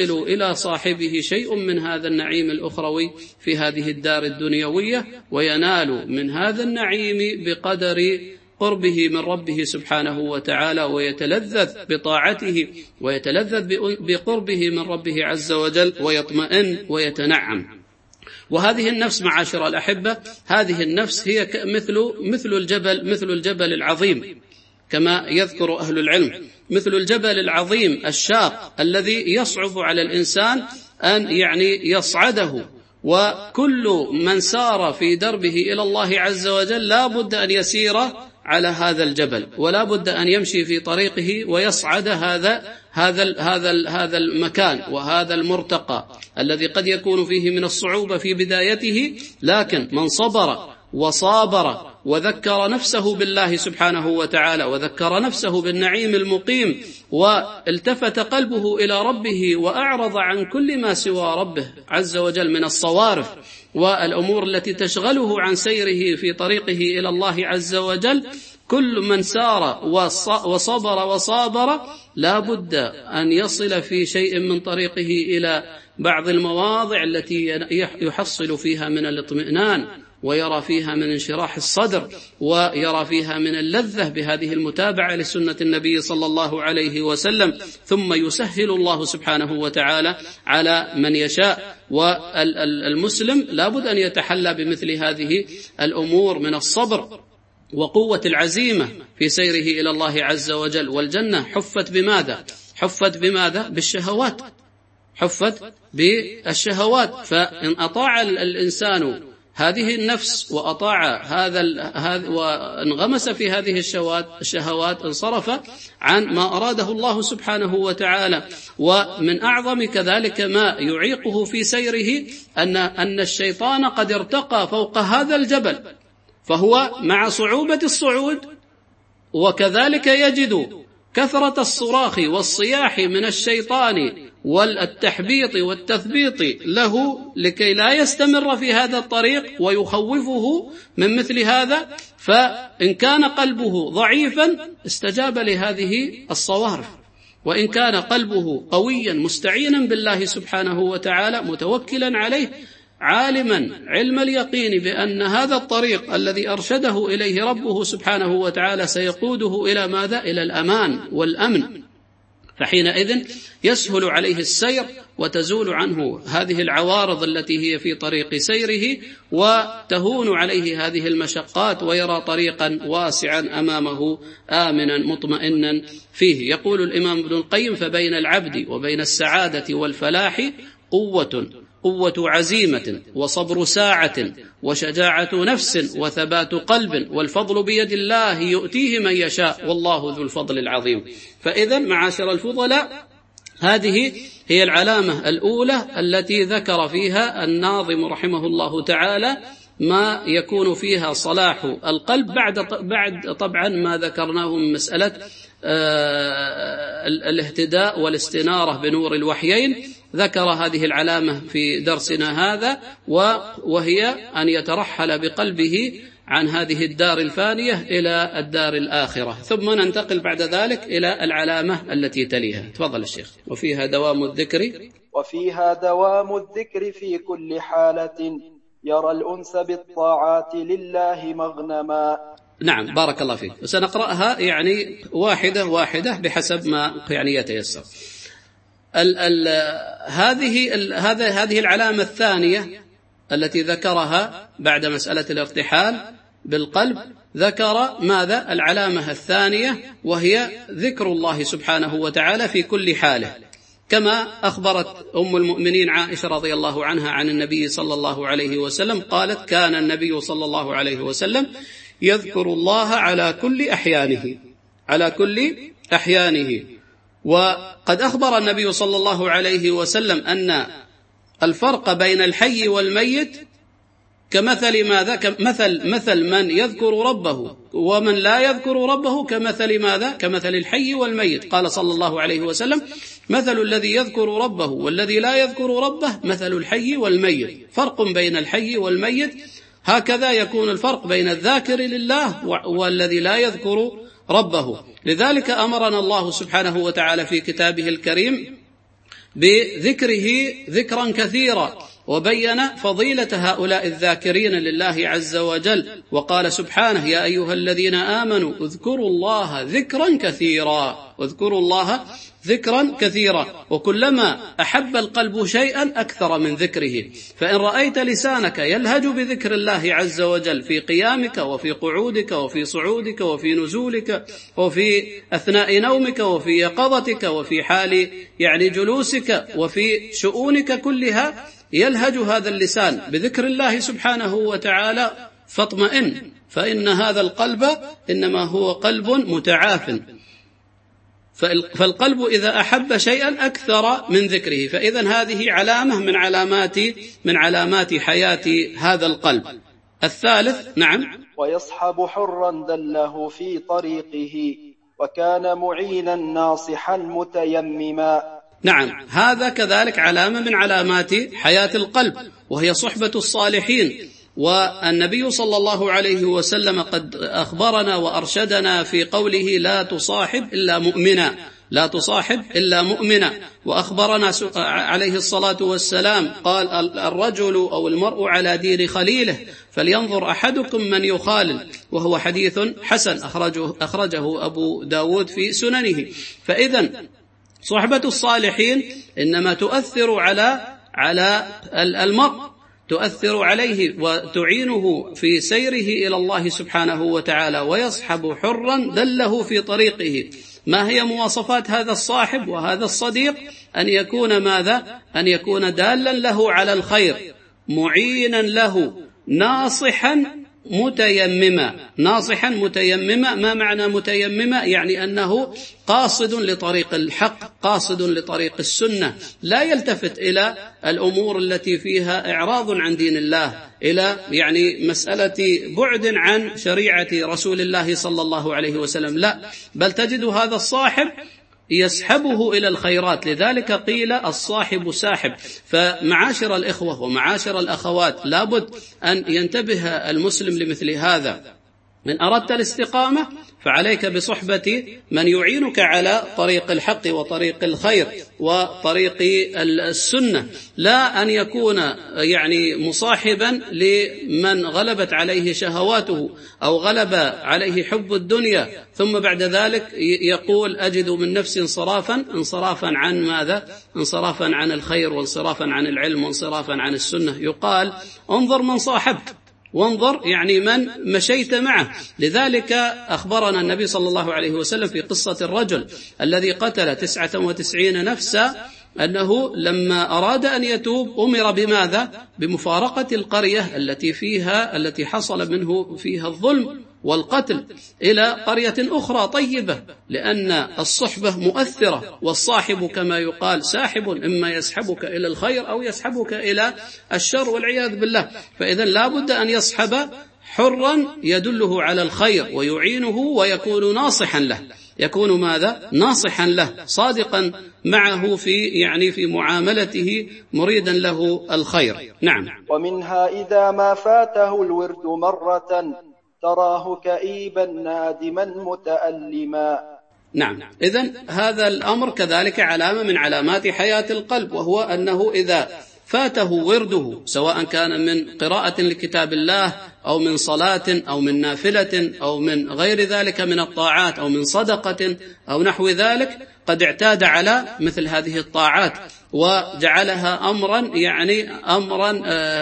إلى صاحبه شيء من هذا النعيم الأخروي في هذه الدار الدنيوية، وينال من هذا النعيم بقدر قربه من ربه سبحانه وتعالى، ويتلذذ بطاعته ويتلذذ بقربه من ربه عز وجل، ويطمئن ويتنعم. وهذه النفس معاشر الأحبة، هذه النفس هي مثل مثل الجبل مثل الجبل العظيم كما يذكر أهل العلم، مثل الجبل العظيم الشاق الذي يصعب على الإنسان أن يعني يصعده، وكل من سار في دربه إلى الله عز وجل لا بد أن يسير على هذا الجبل، ولا بد أن يمشي في طريقه ويصعد هذا هذا هذا هذا المكان وهذا المرتقى الذي قد يكون فيه من الصعوبة في بدايته، لكن من صبر وصابر وذكر نفسه بالله سبحانه وتعالى، وذكر نفسه بالنعيم المقيم، والتفت قلبه إلى ربه وأعرض عن كل ما سوى ربه عز وجل من الصوارف والأمور التي تشغله عن سيره في طريقه إلى الله عز وجل، كل من سار وصبر وصابر لا بد أن يصل في شيء من طريقه إلى بعض المواضع التي يحصل فيها من الاطمئنان، ويرى فيها من انشراح الصدر، ويرى فيها من اللذة بهذه المتابعة لسنة النبي صلى الله عليه وسلم، ثم يسهل الله سبحانه وتعالى على من يشاء. والمسلم لابد أن يتحلى بمثل هذه الأمور من الصبر وقوة العزيمة في سيره إلى الله عز وجل. والجنة حفت بماذا؟ حفت بماذا؟ بالشهوات، حفت بالشهوات. فإن أطاع الإنسان هذه النفس وأطاع هذا وانغمس في هذه الشهوات انصرف عن ما أراده الله سبحانه وتعالى. ومن أعظم كذلك ما يعيقه في سيره أن أن الشيطان قد ارتقى فوق هذا الجبل، فهو مع صعوبة الصعود وكذلك يجد كثرة الصراخ والصياح من الشيطان والتحبيط والتثبيط له لكي لا يستمر في هذا الطريق ويخوفه من مثل هذا. فإن كان قلبه ضعيفا استجاب لهذه الصوارف، وإن كان قلبه قويا مستعينا بالله سبحانه وتعالى متوكلا عليه عالما علم اليقين بأن هذا الطريق الذي أرشده إليه ربه سبحانه وتعالى سيقوده إلى ماذا؟ إلى الأمان والأمن، فحينئذ يسهل عليه السير وتزول عنه هذه العوارض التي هي في طريق سيره، وتهون عليه هذه المشقات، ويرى طريقا واسعا أمامه آمنا مطمئنا فيه. يقول الإمام ابن القيم: فبين العبد وبين السعادة والفلاح قوة قوة عزيمة، وصبر ساعة، وشجاعة نفس، وثبات قلب، والفضل بيد الله يؤتيه من يشاء، والله ذو الفضل العظيم. فإذا معاشر الفضلاء، هذه هي العلامة الأولى التي ذكر فيها الناظم رحمه الله تعالى ما يكون فيها صلاح القلب بعد بعد طبعا ما ذكرناه من مسألة الاهتداء والاستنارة بنور الوحيين. ذكر هذه العلامة في درسنا هذا، وهي أن يترحل بقلبه عن هذه الدار الفانية إلى الدار الآخرة. ثم ننتقل بعد ذلك إلى العلامة التي تليها. تفضل الشيخ. وفيها دوام الذكر وفيها دوام الذكر في كل حالة، يرى الأنس بالطاعات لله مغنما. نعم، بارك الله فيك. وسنقرأها يعني واحدة واحدة بحسب ما يعني يتيسر. ال ال هذه ال هذا هذه العلامة الثانية التي ذكرها بعد مسألة الارتحال بالقلب، ذكر ماذا؟ العلامة الثانية، وهي ذكر الله سبحانه وتعالى في كل حاله، كما أخبرت أم المؤمنين عائشة رضي الله عنها عن النبي صلى الله عليه وسلم قالت: كان النبي صلى الله عليه وسلم يذكر الله على كل أحيانه على كل أحيانه. وقد أخبر النبي صلى الله عليه وسلم أن الفرق بين الحي والميت كمثل ماذا؟ كمثل مثل من يذكر ربه ومن لا يذكر ربه كمثل ماذا؟ كمثل الحي والميت. قال صلى الله عليه وسلم: مثل الذي يذكر ربه والذي لا يذكر ربه مثل الحي والميت. فرق بين الحي والميت، هكذا يكون الفرق بين الذاكر لله والذي لا يذكر ربه. لذلك أمرنا الله سبحانه وتعالى في كتابه الكريم بذكره ذكرا كثيرا، وبين فضيلة هؤلاء الذاكرين لله عز وجل، وقال سبحانه: يا أيها الذين آمنوا اذكروا الله ذكرا كثيرا، واذكروا الله ذكرا كثيرا. وكلما أحب القلب شيئا أكثر من ذكره، فإن رأيت لسانك يلهج بذكر الله عز وجل في قيامك وفي قعودك وفي صعودك وفي نزولك وفي أثناء نومك وفي يقظتك وفي حال يعني جلوسك وفي شؤونك كلها، يلهج هذا اللسان بذكر الله سبحانه وتعالى، فاطمئن، فإن هذا القلب إنما هو قلب متعاف. فالقلب إذا أحب شيئا أكثر من ذكره، فإذا هذه علامة من علامات من علامات حياة هذا القلب. الثالث، نعم، ويصحب حرا دله في طريقه، وكان معينا ناصحا متيمما. نعم، هذا كذلك علامة من علامات حياة القلب، وهي صحبة الصالحين. والنبي صلى الله عليه وسلم قد أخبرنا وأرشدنا في قوله: لا تصاحب إلا مؤمنا، لا تصاحب إلا مؤمنا. وأخبرنا عليه الصلاة والسلام قال: الرجل أو المرء على دين خليله، فلينظر أحدكم من يخالل، وهو حديث حسن أخرجه, أخرجه أبو داود في سننه. فإذا صحبة الصالحين إنما تؤثر على على المرء، تؤثر عليه وتعينه في سيره إلى الله سبحانه وتعالى. ويصحب حرا دله في طريقه. ما هي مواصفات هذا الصاحب وهذا الصديق؟ أن يكون ماذا؟ أن يكون دالا له على الخير، معينا له، ناصحا متيمما. ناصحا متيمما، ما معنى متيمما؟ يعني أنه قاصد لطريق الحق، قاصد لطريق السنة، لا يلتفت إلى الأمور التي فيها إعراض عن دين الله، إلى يعني مسألة بعد عن شريعة رسول الله صلى الله عليه وسلم، لا، بل تجد هذا الصاحب يسحبه إلى الخيرات. لذلك قيل الصاحب ساحب. فمعاشر الإخوة ومعاشر الأخوات، لابد أن ينتبه المسلم لمثل هذا. من أردت الاستقامة فعليك بصحبة من يعينك على طريق الحق وطريق الخير وطريق السنة، لا أن يكون يعني مصاحبا لمن غلبت عليه شهواته أو غلب عليه حب الدنيا، ثم بعد ذلك يقول: أجد من نفسي انصرافا انصرافا عن ماذا؟ انصرافا عن الخير، وانصرافا عن العلم، وانصرافا عن السنة. يقال: انظر من صاحبت، وانظر يعني من مشيت معه. لذلك أخبرنا النبي صلى الله عليه وسلم في قصة الرجل الذي قتل تسعة وتسعين نفسا، أنه لما أراد أن يتوب أمر بماذا؟ بمفارقة القرية التي فيها التي حصل منه فيها الظلم والقتل إلى قرية أخرى طيبة، لأن الصحبة مؤثرة، والصاحب كما يقال ساحب، إما يسحبك إلى الخير أو يسحبك إلى الشر والعياذ بالله. فإذا لا بد أن يصحب حرا يدله على الخير ويعينه ويكون ناصحا له، يكون ماذا؟ ناصحا له، صادقا معه في يعني في معاملته، مريدا له الخير. نعم. ومنها إذا ما فاته الورد مرة تراه كئيبا نادما متألما. نعم، إذن هذا الأمر كذلك علامة من علامات حياة القلب، وهو أنه إذا فاته ورده، سواء كان من قراءة لكتاب الله أو من صلاة أو من نافلة أو من غير ذلك من الطاعات أو من صدقة أو نحو ذلك، قد اعتاد على مثل هذه الطاعات وجعلها أمرا يعني أمرا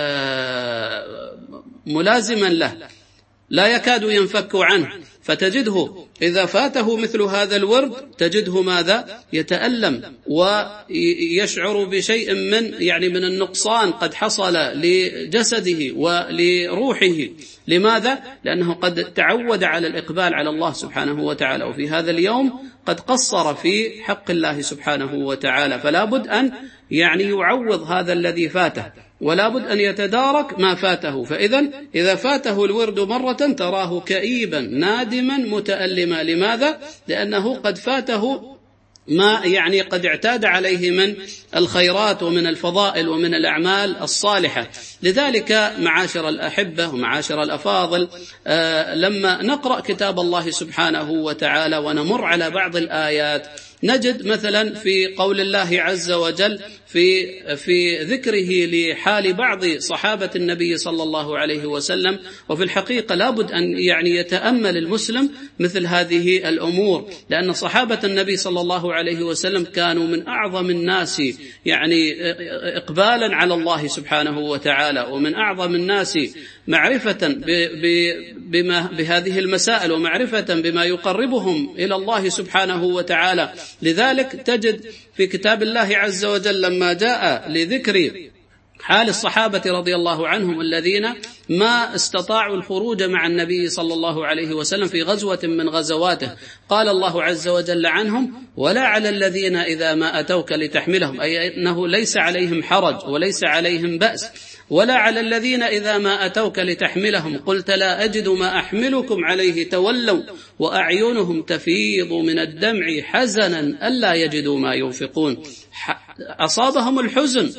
ملازما له، لا يكاد ينفك عنه. فتجده إذا فاته مثل هذا الورد تجده ماذا؟ يتألم ويشعر بشيء من يعني من النقصان قد حصل لجسده ولروحه. لماذا؟ لأنه قد تعود على الإقبال على الله سبحانه وتعالى، وفي هذا اليوم قد قصر في حق الله سبحانه وتعالى، فلا بد أن يعني يعوض هذا الذي فاته، ولا بد أن يتدارك ما فاته. فإذا إذا فاته الورد مرة تراه كئيبا نادما متألما. لماذا؟ لأنه قد فاته ما يعني قد اعتاد عليه من الخيرات ومن الفضائل ومن الأعمال الصالحة. لذلك معاشر الأحبة ومعاشر الأفاضل، آه لما نقرأ كتاب الله سبحانه وتعالى ونمر على بعض الآيات نجد مثلا في قول الله عز وجل في في ذكره لحال بعض صحابة النبي صلى الله عليه وسلم. وفي الحقيقة لابد أن يعني يتأمل المسلم مثل هذه الأمور، لأن صحابة النبي صلى الله عليه وسلم كانوا من أعظم الناس يعني إقبالا على الله سبحانه وتعالى، ومن أعظم الناس معرفة بما بهذه المسائل، ومعرفة بما يقربهم إلى الله سبحانه وتعالى. لذلك تجد في كتاب الله عز وجل لما جاء لذكر حال الصحابة رضي الله عنهم الذين ما استطاعوا الخروج مع النبي صلى الله عليه وسلم في غزوة من غزواته، قال الله عز وجل عنهم: ولا على الذين إذا ما أتوك لتحملهم، أي أنه ليس عليهم حرج وليس عليهم بأس. ولا على الذين إذا ما أتوك لتحملهم قلت لا أجد ما أحملكم عليه تولوا وأعينهم تفيض من الدمع حزنا ألا يجدوا ما ينفقون. أصابهم الحزن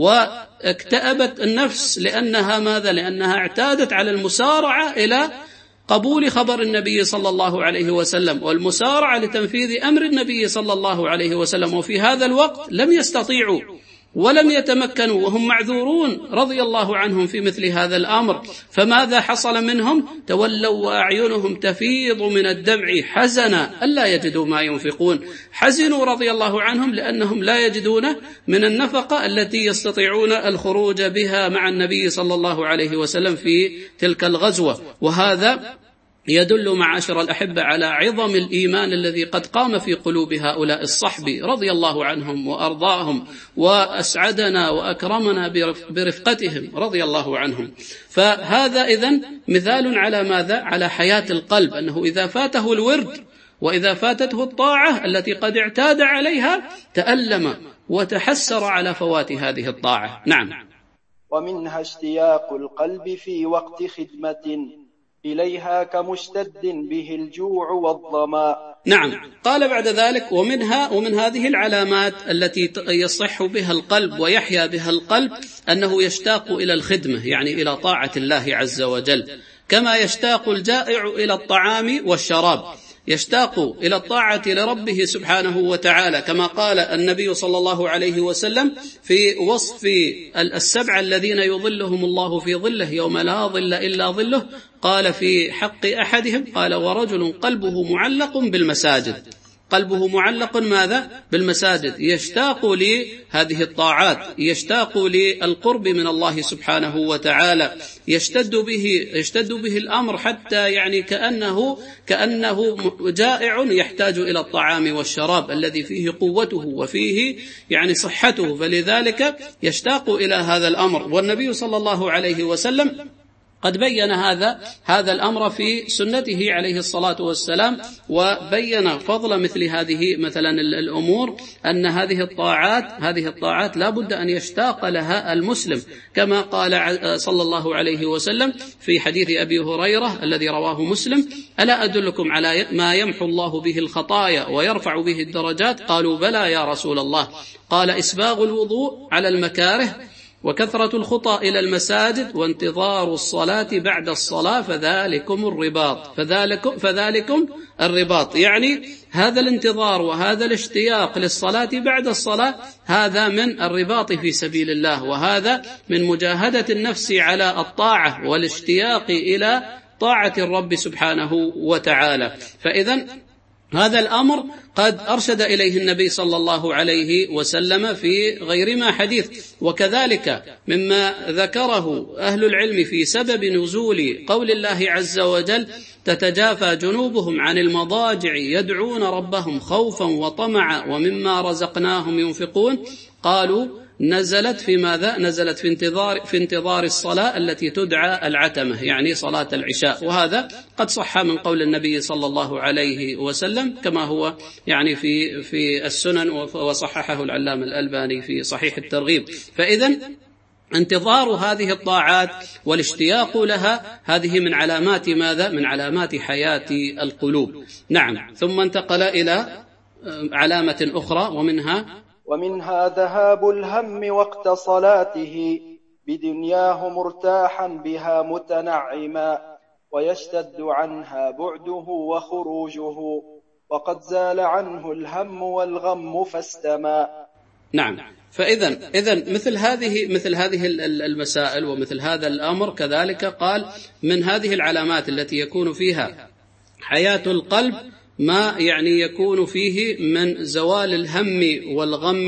واكتئبت النفس، لأنها ماذا؟ لأنها اعتادت على المسارعة إلى قبول خبر النبي صلى الله عليه وسلم والمسارعة لتنفيذ أمر النبي صلى الله عليه وسلم، وفي هذا الوقت لم يستطيعوا ولم يتمكنوا وهم معذورون رضي الله عنهم في مثل هذا الأمر. فماذا حصل منهم؟ تولوا وأعينهم تفيض من الدمع حزنا ألا يجدوا ما ينفقون. حزنوا رضي الله عنهم لأنهم لا يجدون من النفقة التي يستطيعون الخروج بها مع النبي صلى الله عليه وسلم في تلك الغزوة. وهذا يدل معاشر الأحبة على عظم الإيمان الذي قد قام في قلوب هؤلاء الصحب رضي الله عنهم وأرضاهم، وأسعدنا وأكرمنا برفقتهم رضي الله عنهم. فهذا إذن مثال على ماذا؟ على حياة القلب، أنه إذا فاته الورد وإذا فاتته الطاعة التي قد اعتاد عليها تألم وتحسر على فوات هذه الطاعة. نعم. ومنها اشتياق القلب في وقت خدمة إليها كمشتد به الجوع والظما. نعم. قال بعد ذلك: ومنها ومن هذه العلامات التي يصح بها القلب ويحيا بها القلب أنه يشتاق إلى الخدمة، يعني إلى طاعة الله عز وجل، كما يشتاق الجائع إلى الطعام والشراب. يشتاق إلى الطاعة لربه سبحانه وتعالى، كما قال النبي صلى الله عليه وسلم في وصف السبع الذين يظلهم الله في ظله يوم لا ظل إلا ظله، قال في حق أحدهم قال: ورجل قلبه معلق بالمساجد. قلبه معلق ماذا؟ بالمساجد، يشتاق لهذه الطاعات، يشتاق للقرب من الله سبحانه وتعالى، يشتد به يشتد به الأمر حتى يعني كأنه كأنه جائع يحتاج إلى الطعام والشراب الذي فيه قوته وفيه يعني صحته، فلذلك يشتاق إلى هذا الأمر. والنبي صلى الله عليه وسلم قد بين هذا هذا الأمر في سنته عليه الصلاة والسلام، وبين فضل مثل هذه مثلا الأمور، أن هذه الطاعات هذه الطاعات لا بد أن يشتاق لها المسلم، كما قال صلى الله عليه وسلم في حديث أبي هريرة الذي رواه مسلم: ألا أدلكم على ما يمحو الله به الخطايا ويرفع به الدرجات؟ قالوا: بلى يا رسول الله. قال: إسباغ الوضوء على المكاره، وكثرة الخطى إلى المساجد، وانتظار الصلاة بعد الصلاة، فذلكم الرباط فذلكم, فذلكم الرباط. يعني هذا الانتظار وهذا الاشتياق للصلاة بعد الصلاة هذا من الرباط في سبيل الله، وهذا من مجاهدة النفس على الطاعة والاشتياق إلى طاعة الرب سبحانه وتعالى. فإذن هذا الأمر قد أرشد إليه النبي صلى الله عليه وسلم في غير ما حديث. وكذلك مما ذكره أهل العلم في سبب نزول قول الله عز وجل: تتجافى جنوبهم عن المضاجع يدعون ربهم خوفا وطمعا ومما رزقناهم ينفقون، قالوا نزلت في ماذا؟ نزلت في انتظار في انتظار الصلاة التي تدعى العتمة، يعني صلاة العشاء. وهذا قد صح من قول النبي صلى الله عليه وسلم، كما هو يعني في في السنن، وصححه العلامة الألباني في صحيح الترغيب. فإذن انتظار هذه الطاعات والاشتياق لها هذه من علامات ماذا؟ من علامات حياة القلوب. نعم. ثم انتقل إلى علامة أخرى، ومنها ومنها ذهاب الهم وقت صلاته بدنياه مرتاحا بها متنعما، ويشتد عنها بعده وخروجه وقد زال عنه الهم والغم فاستمى. نعم. فإذا إذا مثل هذه مثل هذه المسائل ومثل هذا الأمر كذلك قال من هذه العلامات التي يكون فيها حياة القلب ما يعني يكون فيه من زوال الهم والغم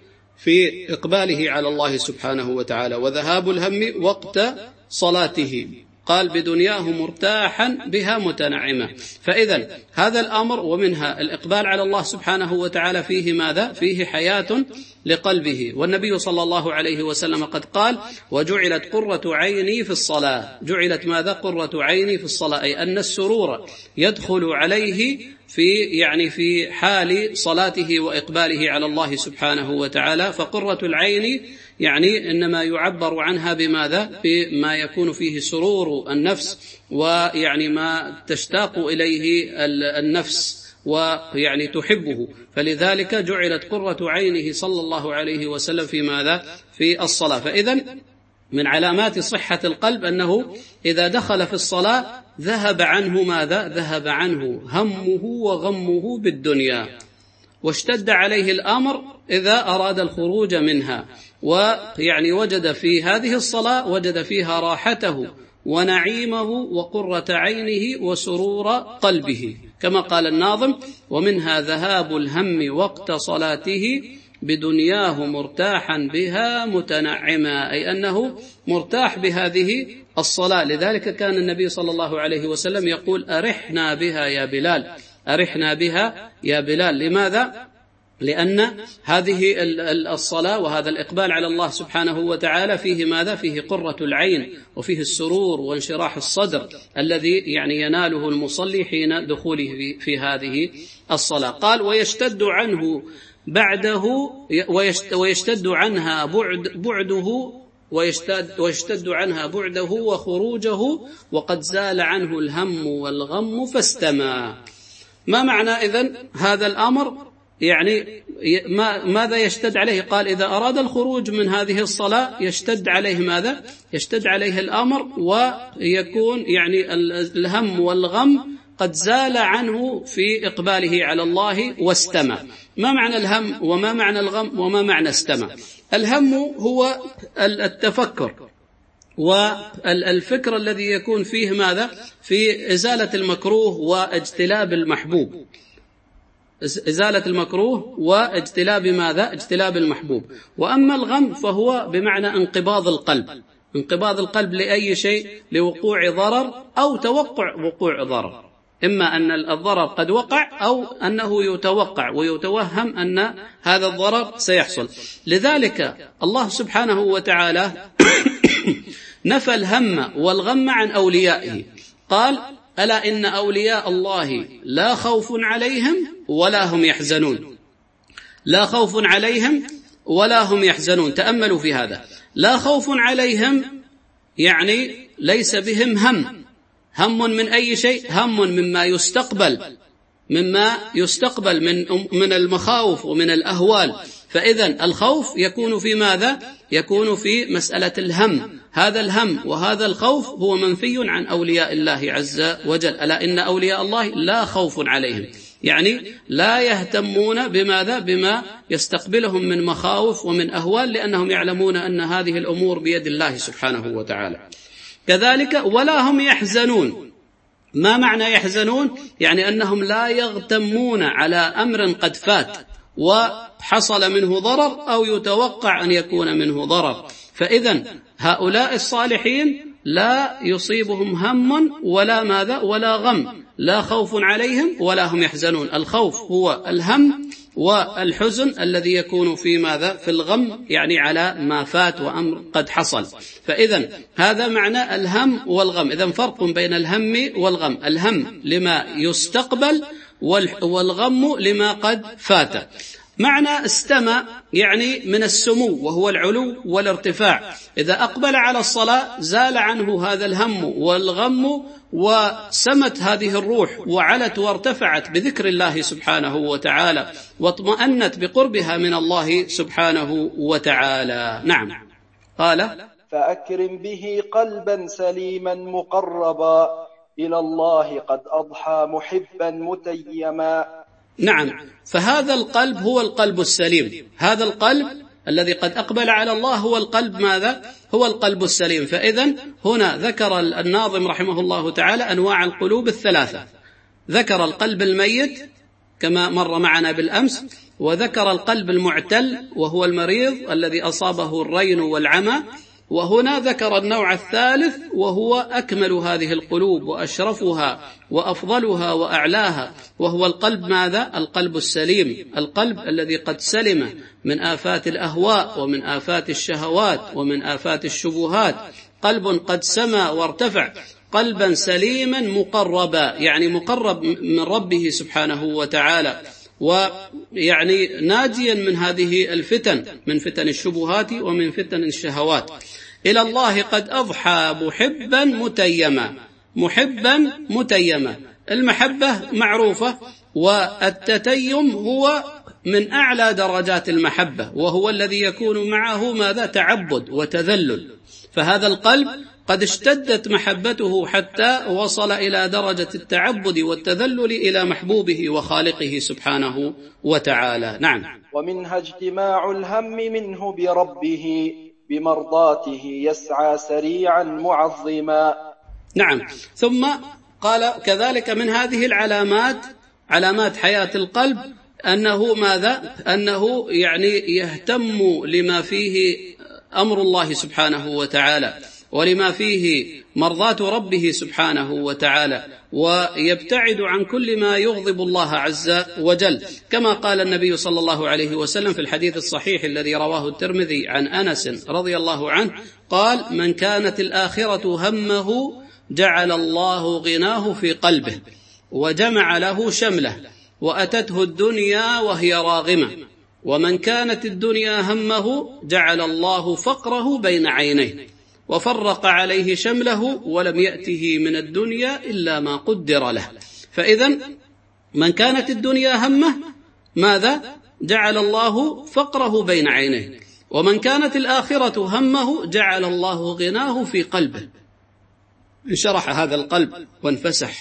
في إقباله على الله سبحانه وتعالى، وذهاب الهم وقت صلاته. قال بدنياه مرتاحا بها متنعمة. فإذا هذا الأمر ومنها الإقبال على الله سبحانه وتعالى فيه ماذا؟ فيه حياة لقلبه. والنبي صلى الله عليه وسلم قد قال وجعلت قرة عيني في الصلاة. جعلت ماذا؟ قرة عيني في الصلاة، أي أن السرور يدخل عليه في يعني في حال صلاته وإقباله على الله سبحانه وتعالى. فقرة العين يعني إنما يعبر عنها بماذا؟ بما يكون فيه سرور النفس ويعني ما تشتاق إليه النفس ويعني تحبه. فلذلك جعلت قرة عينه صلى الله عليه وسلم في ماذا؟ في الصلاة. فإذا من علامات صحة القلب أنه إذا دخل في الصلاة ذهب عنه ماذا؟ ذهب عنه همه وغمه بالدنيا، واشتد عليه الأمر إذا أراد الخروج منها، ويعني وجد في هذه الصلاة وجد فيها راحته ونعيمه وقرة عينه وسرور قلبه، كما قال الناظم ومنها ذهاب الهم وقت صلاته بدنياه مرتاحا بها متنعما، أي أنه مرتاح بهذه الصلاة. لذلك كان النبي صلى الله عليه وسلم يقول أرحنا بها يا بلال، أرحنا بها يا بلال. لماذا؟ لأن هذه الصلاة وهذا الإقبال على الله سبحانه وتعالى فيه ماذا؟ فيه قرة العين وفيه السرور وانشراح الصدر الذي يعني يناله المصلي حين دخوله في هذه الصلاة. قال ويشتد عنه بعده ويشتد عنها بعد بعده ويشتد, ويشتد عنها بعده وخروجه وقد زال عنه الهم والغم فاستمى. ما معنى إذن هذا الأمر؟ يعني ما ماذا يشتد عليه؟ قال إذا أراد الخروج من هذه الصلاة يشتد عليه ماذا؟ يشتد عليه الأمر ويكون يعني الهم والغم قد زال عنه في إقباله على الله واستمع. ما معنى الهم وما معنى الغم وما معنى استمع؟ الهم هو التفكر والفكر الذي يكون فيه ماذا؟ في إزالة المكروه واجتلاب المحبوب، إزالة المكروه واجتلاب ماذا؟ اجتلاب المحبوب. وأما الغم فهو بمعنى انقباض القلب، انقباض القلب لأي شيء، لوقوع ضرر أو توقع وقوع ضرر، إما أن الضرر قد وقع أو أنه يتوقع ويتوهم أن هذا الضرر سيحصل. لذلك الله سبحانه وتعالى نفى الهم والغم عن أوليائه. قال ألا إن أولياء الله لا خوف عليهم ولا هم يحزنون، لا خوف عليهم ولا هم يحزنون. تأملوا في هذا، لا خوف عليهم يعني ليس بهم هم، هم من أي شيء؟ هم مما يستقبل، مما يستقبل من من المخاوف ومن الأهوال. فإذا الخوف يكون في ماذا؟ يكون في مسألة الهم. هذا الهم وهذا الخوف هو منفي عن أولياء الله عز وجل. ألا إن أولياء الله لا خوف عليهم، يعني لا يهتمون بماذا؟ بما يستقبلهم من مخاوف ومن أهوال، لأنهم يعلمون أن هذه الأمور بيد الله سبحانه وتعالى. كذلك ولا هم يحزنون. ما معنى يحزنون؟ يعني أنهم لا يغتمون على أمر قد فات وحصل منه ضرر أو يتوقع أن يكون منه ضرر. فإذا هؤلاء الصالحين لا يصيبهم هم ولا ماذا؟ ولا غم، لا خوف عليهم ولا هم يحزنون. الخوف هو الهم والحزن الذي يكون في ماذا؟ في الغم، يعني على ما فات وأمر قد حصل. فإذا هذا معنى الهم والغم. إذن فرق بين الهم والغم، الهم لما يستقبل والغم لما قد فات. معنى استمع يعني من السمو وهو العلو والارتفاع. إذا أقبل على الصلاة زال عنه هذا الهم والغم وسمت هذه الروح وعلت وارتفعت بذكر الله سبحانه وتعالى واطمأنت بقربها من الله سبحانه وتعالى. نعم. قال فأكرم به قلبا سليما مقربا إلى الله قد أضحى محبا متيما. نعم، فهذا القلب هو القلب السليم، هذا القلب الذي قد أقبل على الله هو القلب ماذا؟ هو القلب السليم. فإذا هنا ذكر الناظم رحمه الله تعالى أنواع القلوب الثلاثة، ذكر القلب الميت كما مر معنا بالأمس، وذكر القلب المعتل وهو المريض الذي أصابه الرين والعمى، وهنا ذكر النوع الثالث وهو أكمل هذه القلوب وأشرفها وأفضلها وأعلاها، وهو القلب ماذا؟ القلب السليم، القلب الذي قد سلم من آفات الأهواء ومن آفات الشهوات ومن آفات الشبهات، قلب قد سمى وارتفع، قلبا سليما مقربا، يعني مقرب من ربه سبحانه وتعالى، ويعني ناجيا من هذه الفتن، من فتن الشبهات ومن فتن الشهوات. إلى الله قد أضحى محبا متيما، محبا متيما، المحبة معروفة، والتتيم هو من أعلى درجات المحبة، وهو الذي يكون معه ماذا؟ تعبد وتذلل. فهذا القلب قد اشتدت محبته حتى وصل إلى درجة التعبد والتذلل إلى محبوبه وخالقه سبحانه وتعالى. نعم. ومنها اجتماع الهم منه بربه بمرضاته يسعى سريعا معظما. نعم. ثم قال كذلك من هذه العلامات، علامات حياة القلب، أنه ماذا؟ أنه يعني يهتم لما فيه أمر الله سبحانه وتعالى ولما فيه مرضاة ربه سبحانه وتعالى، ويبتعد عن كل ما يغضب الله عز وجل، كما قال النبي صلى الله عليه وسلم في الحديث الصحيح الذي رواه الترمذي عن أنس رضي الله عنه قال: من كانت الآخرة همه جعل الله غناه في قلبه وجمع له شمله وأتته الدنيا وهي راغمة، ومن كانت الدنيا همه جعل الله فقره بين عينيه وفرق عليه شمله ولم يأته من الدنيا إلا ما قدر له. فإذا من كانت الدنيا همه ماذا؟ جعل الله فقره بين عينيه، ومن كانت الآخرة همه جعل الله غناه في قلبه. انشرح هذا القلب وانفسح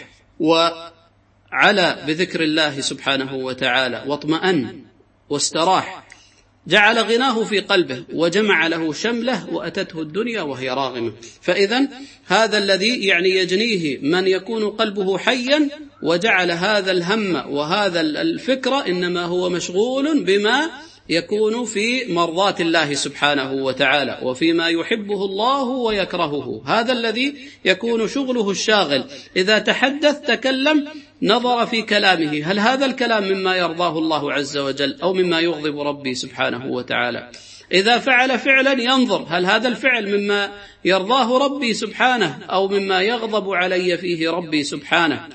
وعلى بذكر الله سبحانه وتعالى واطمأن واستراح، جعل غناه في قلبه وجمع له شمله وأتته الدنيا وهي راغمة. فإذا هذا الذي يعني يجنيه من يكون قلبه حيا وجعل هذا الهم وهذا الفكرة إنما هو مشغول بما يكون في مرضاة الله سبحانه وتعالى وفيما يحبه الله ويكرهه، هذا الذي يكون شغله الشاغل. إذا تحدث تكلم نظر في كلامه، هل هذا الكلام مما يرضاه الله عز وجل أو مما يغضب ربي سبحانه وتعالى؟ إذا فعل فعلا ينظر هل هذا الفعل مما يرضاه ربي سبحانه أو مما يغضب علي فيه ربي سبحانه،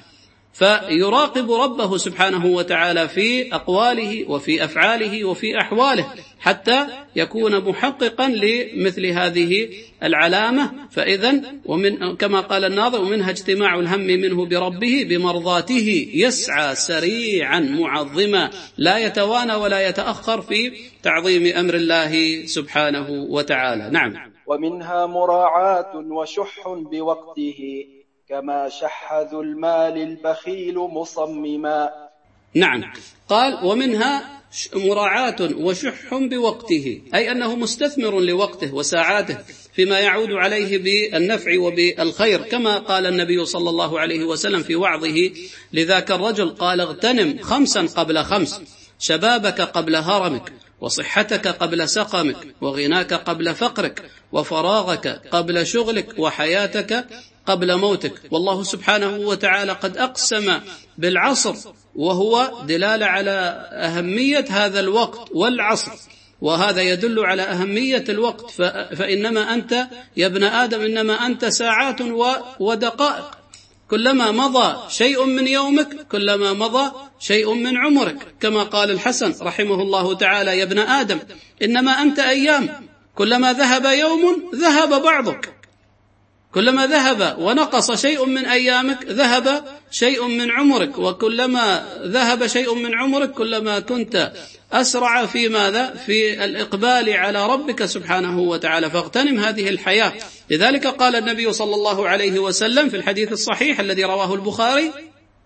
فيراقب ربه سبحانه وتعالى في أقواله وفي أفعاله وفي أحواله حتى يكون محققا لمثل هذه العلامة. فإذن ومن كما قال الناظم: ومنها اجتماع الهم منه بربه بمرضاته يسعى سريعا معظما، لا يتوانى ولا يتأخر في تعظيم أمر الله سبحانه وتعالى. نعم. ومنها مراعاة وشح بوقته كما شح ذو المال البخيل مصمما. نعم. قال: ومنها مراعاة وشح بوقته، أي أنه مستثمر لوقته وساعاته فيما يعود عليه بالنفع وبالخير، كما قال النبي صلى الله عليه وسلم في وعظه لذاك الرجل قال: اغتنم خمسا قبل خمس، شبابك قبل هرمك، وصحتك قبل سقمك، وغناك قبل فقرك، وفراغك قبل شغلك، وحياتك قبل موتك. والله سبحانه وتعالى قد أقسم بالعصر، وهو دلالة على أهمية هذا الوقت والعصر، وهذا يدل على أهمية الوقت. فإنما أنت يا ابن آدم إنما أنت ساعات ودقائق، كلما مضى شيء من يومك كلما مضى شيء من عمرك، كما قال الحسن رحمه الله تعالى: يا ابن آدم إنما أنت أيام، كلما ذهب يوم ذهب بعضك، كلما ذهب ونقص شيء من أيامك ذهب شيء من عمرك، وكلما ذهب شيء من عمرك كلما كنت أسرع في ماذا؟ في الإقبال على ربك سبحانه وتعالى، فاغتنم هذه الحياة. لذلك قال النبي صلى الله عليه وسلم في الحديث الصحيح الذي رواه البخاري: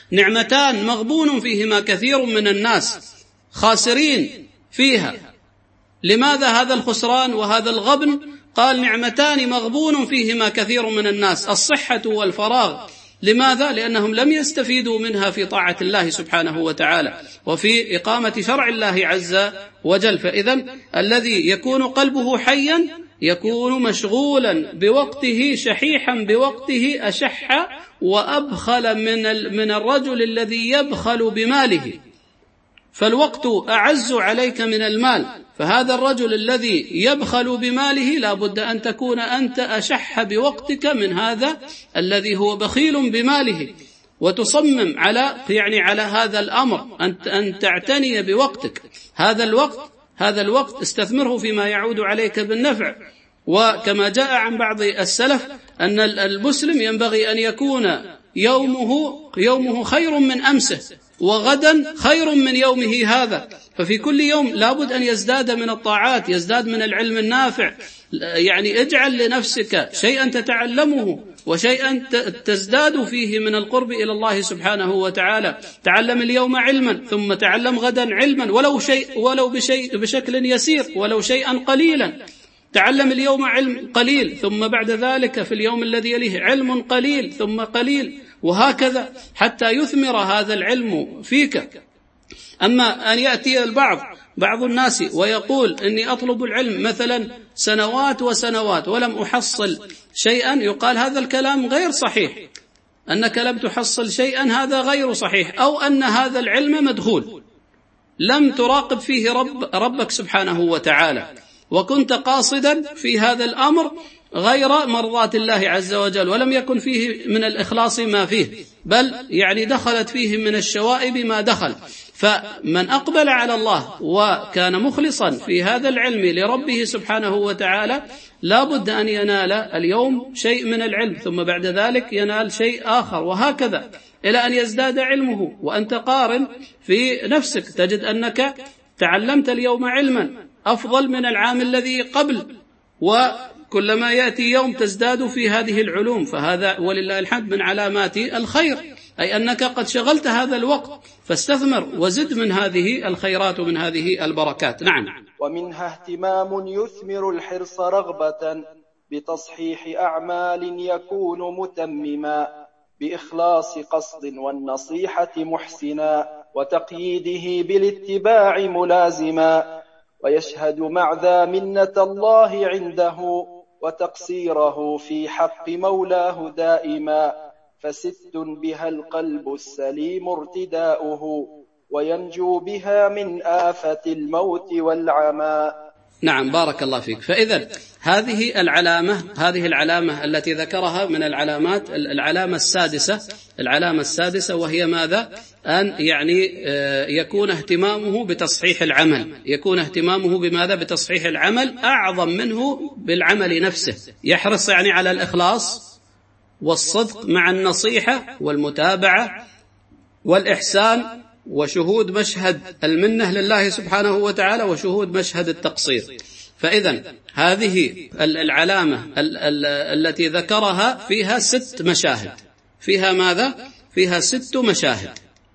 نعمتان مغبون فيهما كثير من الناس، خاسرين فيها. لماذا هذا الخسران وهذا الغبن؟ قال نعمتان مغبون فيهما كثير من الناس، الصحة والفراغ. لماذا؟ لأنهم لم يستفيدوا منها في طاعة الله سبحانه وتعالى وفي إقامة شرع الله عز وجل. فإذن الذي يكون قلبه حيا يكون مشغولا بوقته، شحيحا بوقته، أشح وأبخل من من الرجل الذي يبخل بماله. فالوقت أعز عليك من المال، فهذا الرجل الذي يبخل بماله لا بد أن تكون أنت أشح بوقتك من هذا الذي هو بخيل بماله، وتصمم على يعني على هذا الأمر، أن أن تعتني بوقتك. هذا الوقت هذا الوقت استثمره فيما يعود عليك بالنفع. وكما جاء عن بعض السلف أن المسلم ينبغي أن يكون يومه يومه خير من أمسه، وغدا خير من يومه هذا. ففي كل يوم لابد أن يزداد من الطاعات، يزداد من العلم النافع. يعني اجعل لنفسك شيئا تتعلمه وشيئا تزداد فيه من القرب إلى الله سبحانه وتعالى. تعلم اليوم علما ثم تعلم غدا علما، ولو شيء ولو بشيء بشكل يسير، ولو شيئا قليلا. تعلم اليوم علم قليل ثم بعد ذلك في اليوم الذي يليه علم قليل ثم قليل، وهكذا حتى يثمر هذا العلم فيك. أما أن يأتي البعض بعض الناس ويقول إني أطلب العلم مثلا سنوات وسنوات ولم أحصل شيئا، يقال هذا الكلام غير صحيح. أنك لم تحصل شيئا هذا غير صحيح، أو أن هذا العلم مدخول، لم تراقب فيه رب ربك سبحانه وتعالى، وكنت قاصدا في هذا الأمر غير مرضاة الله عز وجل، ولم يكن فيه من الإخلاص ما فيه، بل يعني دخلت فيه من الشوائب ما دخل. فمن أقبل على الله وكان مخلصا في هذا العلم لربه سبحانه وتعالى لا بد أن ينال اليوم شيء من العلم، ثم بعد ذلك ينال شيء آخر، وهكذا إلى أن يزداد علمه. وأنت قارن في نفسك تجد أنك تعلمت اليوم علما أفضل من العام الذي قبل، وكلما يأتي يوم تزداد في هذه العلوم. فهذا ولله الحمد من علامات الخير، أي أنك قد شغلت هذا الوقت، فاستثمر وزد من هذه الخيرات ومن هذه البركات. نعم. ومنها اهتمام يثمر الحرص رغبة بتصحيح أعمال يكون متمما بإخلاص قصد والنصيحة محسنا وتقييده بالاتباع ملازما، ويشهد مع ذا منة الله عنده وتقصيره في حق مولاه دائما، فست بها القلب السليم ارتداؤه وينجو بها من آفة الموت والعمى. نعم، بارك الله فيك. فإذا هذه العلامة هذه العلامة التي ذكرها من العلامات العلامة السادسة العلامة السادسة وهي ماذا؟ أن يعني يكون اهتمامه بتصحيح العمل، يكون اهتمامه بماذا؟ بتصحيح العمل، أعظم منه بالعمل نفسه. يحرص يعني على الإخلاص والصدق مع النصيحة والمتابعة والإحسان وشهود مشهد المنة لله سبحانه وتعالى وشهود مشهد التقصير. فإذا هذه العلامة التي ذكرها فيها ست مشاهد، فيها ماذا؟ فيها ست مشاهد،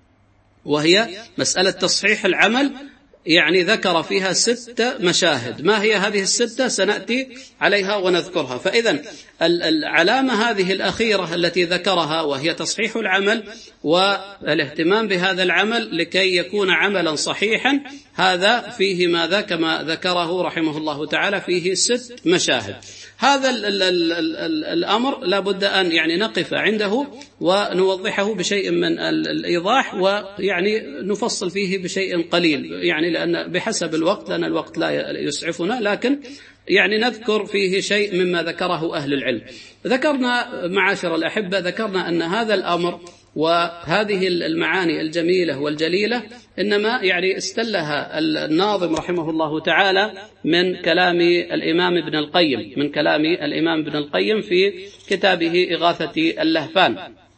وهي مسألة تصحيح العمل، يعني ذكر فيها ست مشاهد. ما هي هذه الستة؟ سنأتي عليها ونذكرها. فإذا العلامة هذه الأخيرة التي ذكرها وهي تصحيح العمل والاهتمام بهذا العمل لكي يكون عملا صحيحا، هذا فيه ماذا؟ كما ذكره رحمه الله تعالى فيه ست مشاهد. هذا ال ال ال ال ال الأمر لا بد أن يعني نقف عنده ونوضحه بشيء من الإيضاح، ويعني نفصل فيه بشيء قليل، يعني لأن بحسب الوقت، لأن الوقت لا يسعفنا، لكن يعني نذكر فيه شيء مما ذكره أهل العلم. ذكرنا معاشر الأحبة، ذكرنا أن هذا الأمر وهذه المعاني الجميلة والجليلة إنما يعني استلها الناظم رحمه الله تعالى من كلام الإمام ابن القيم من كلام الإمام ابن القيم في كتابه إغاثة اللهفان.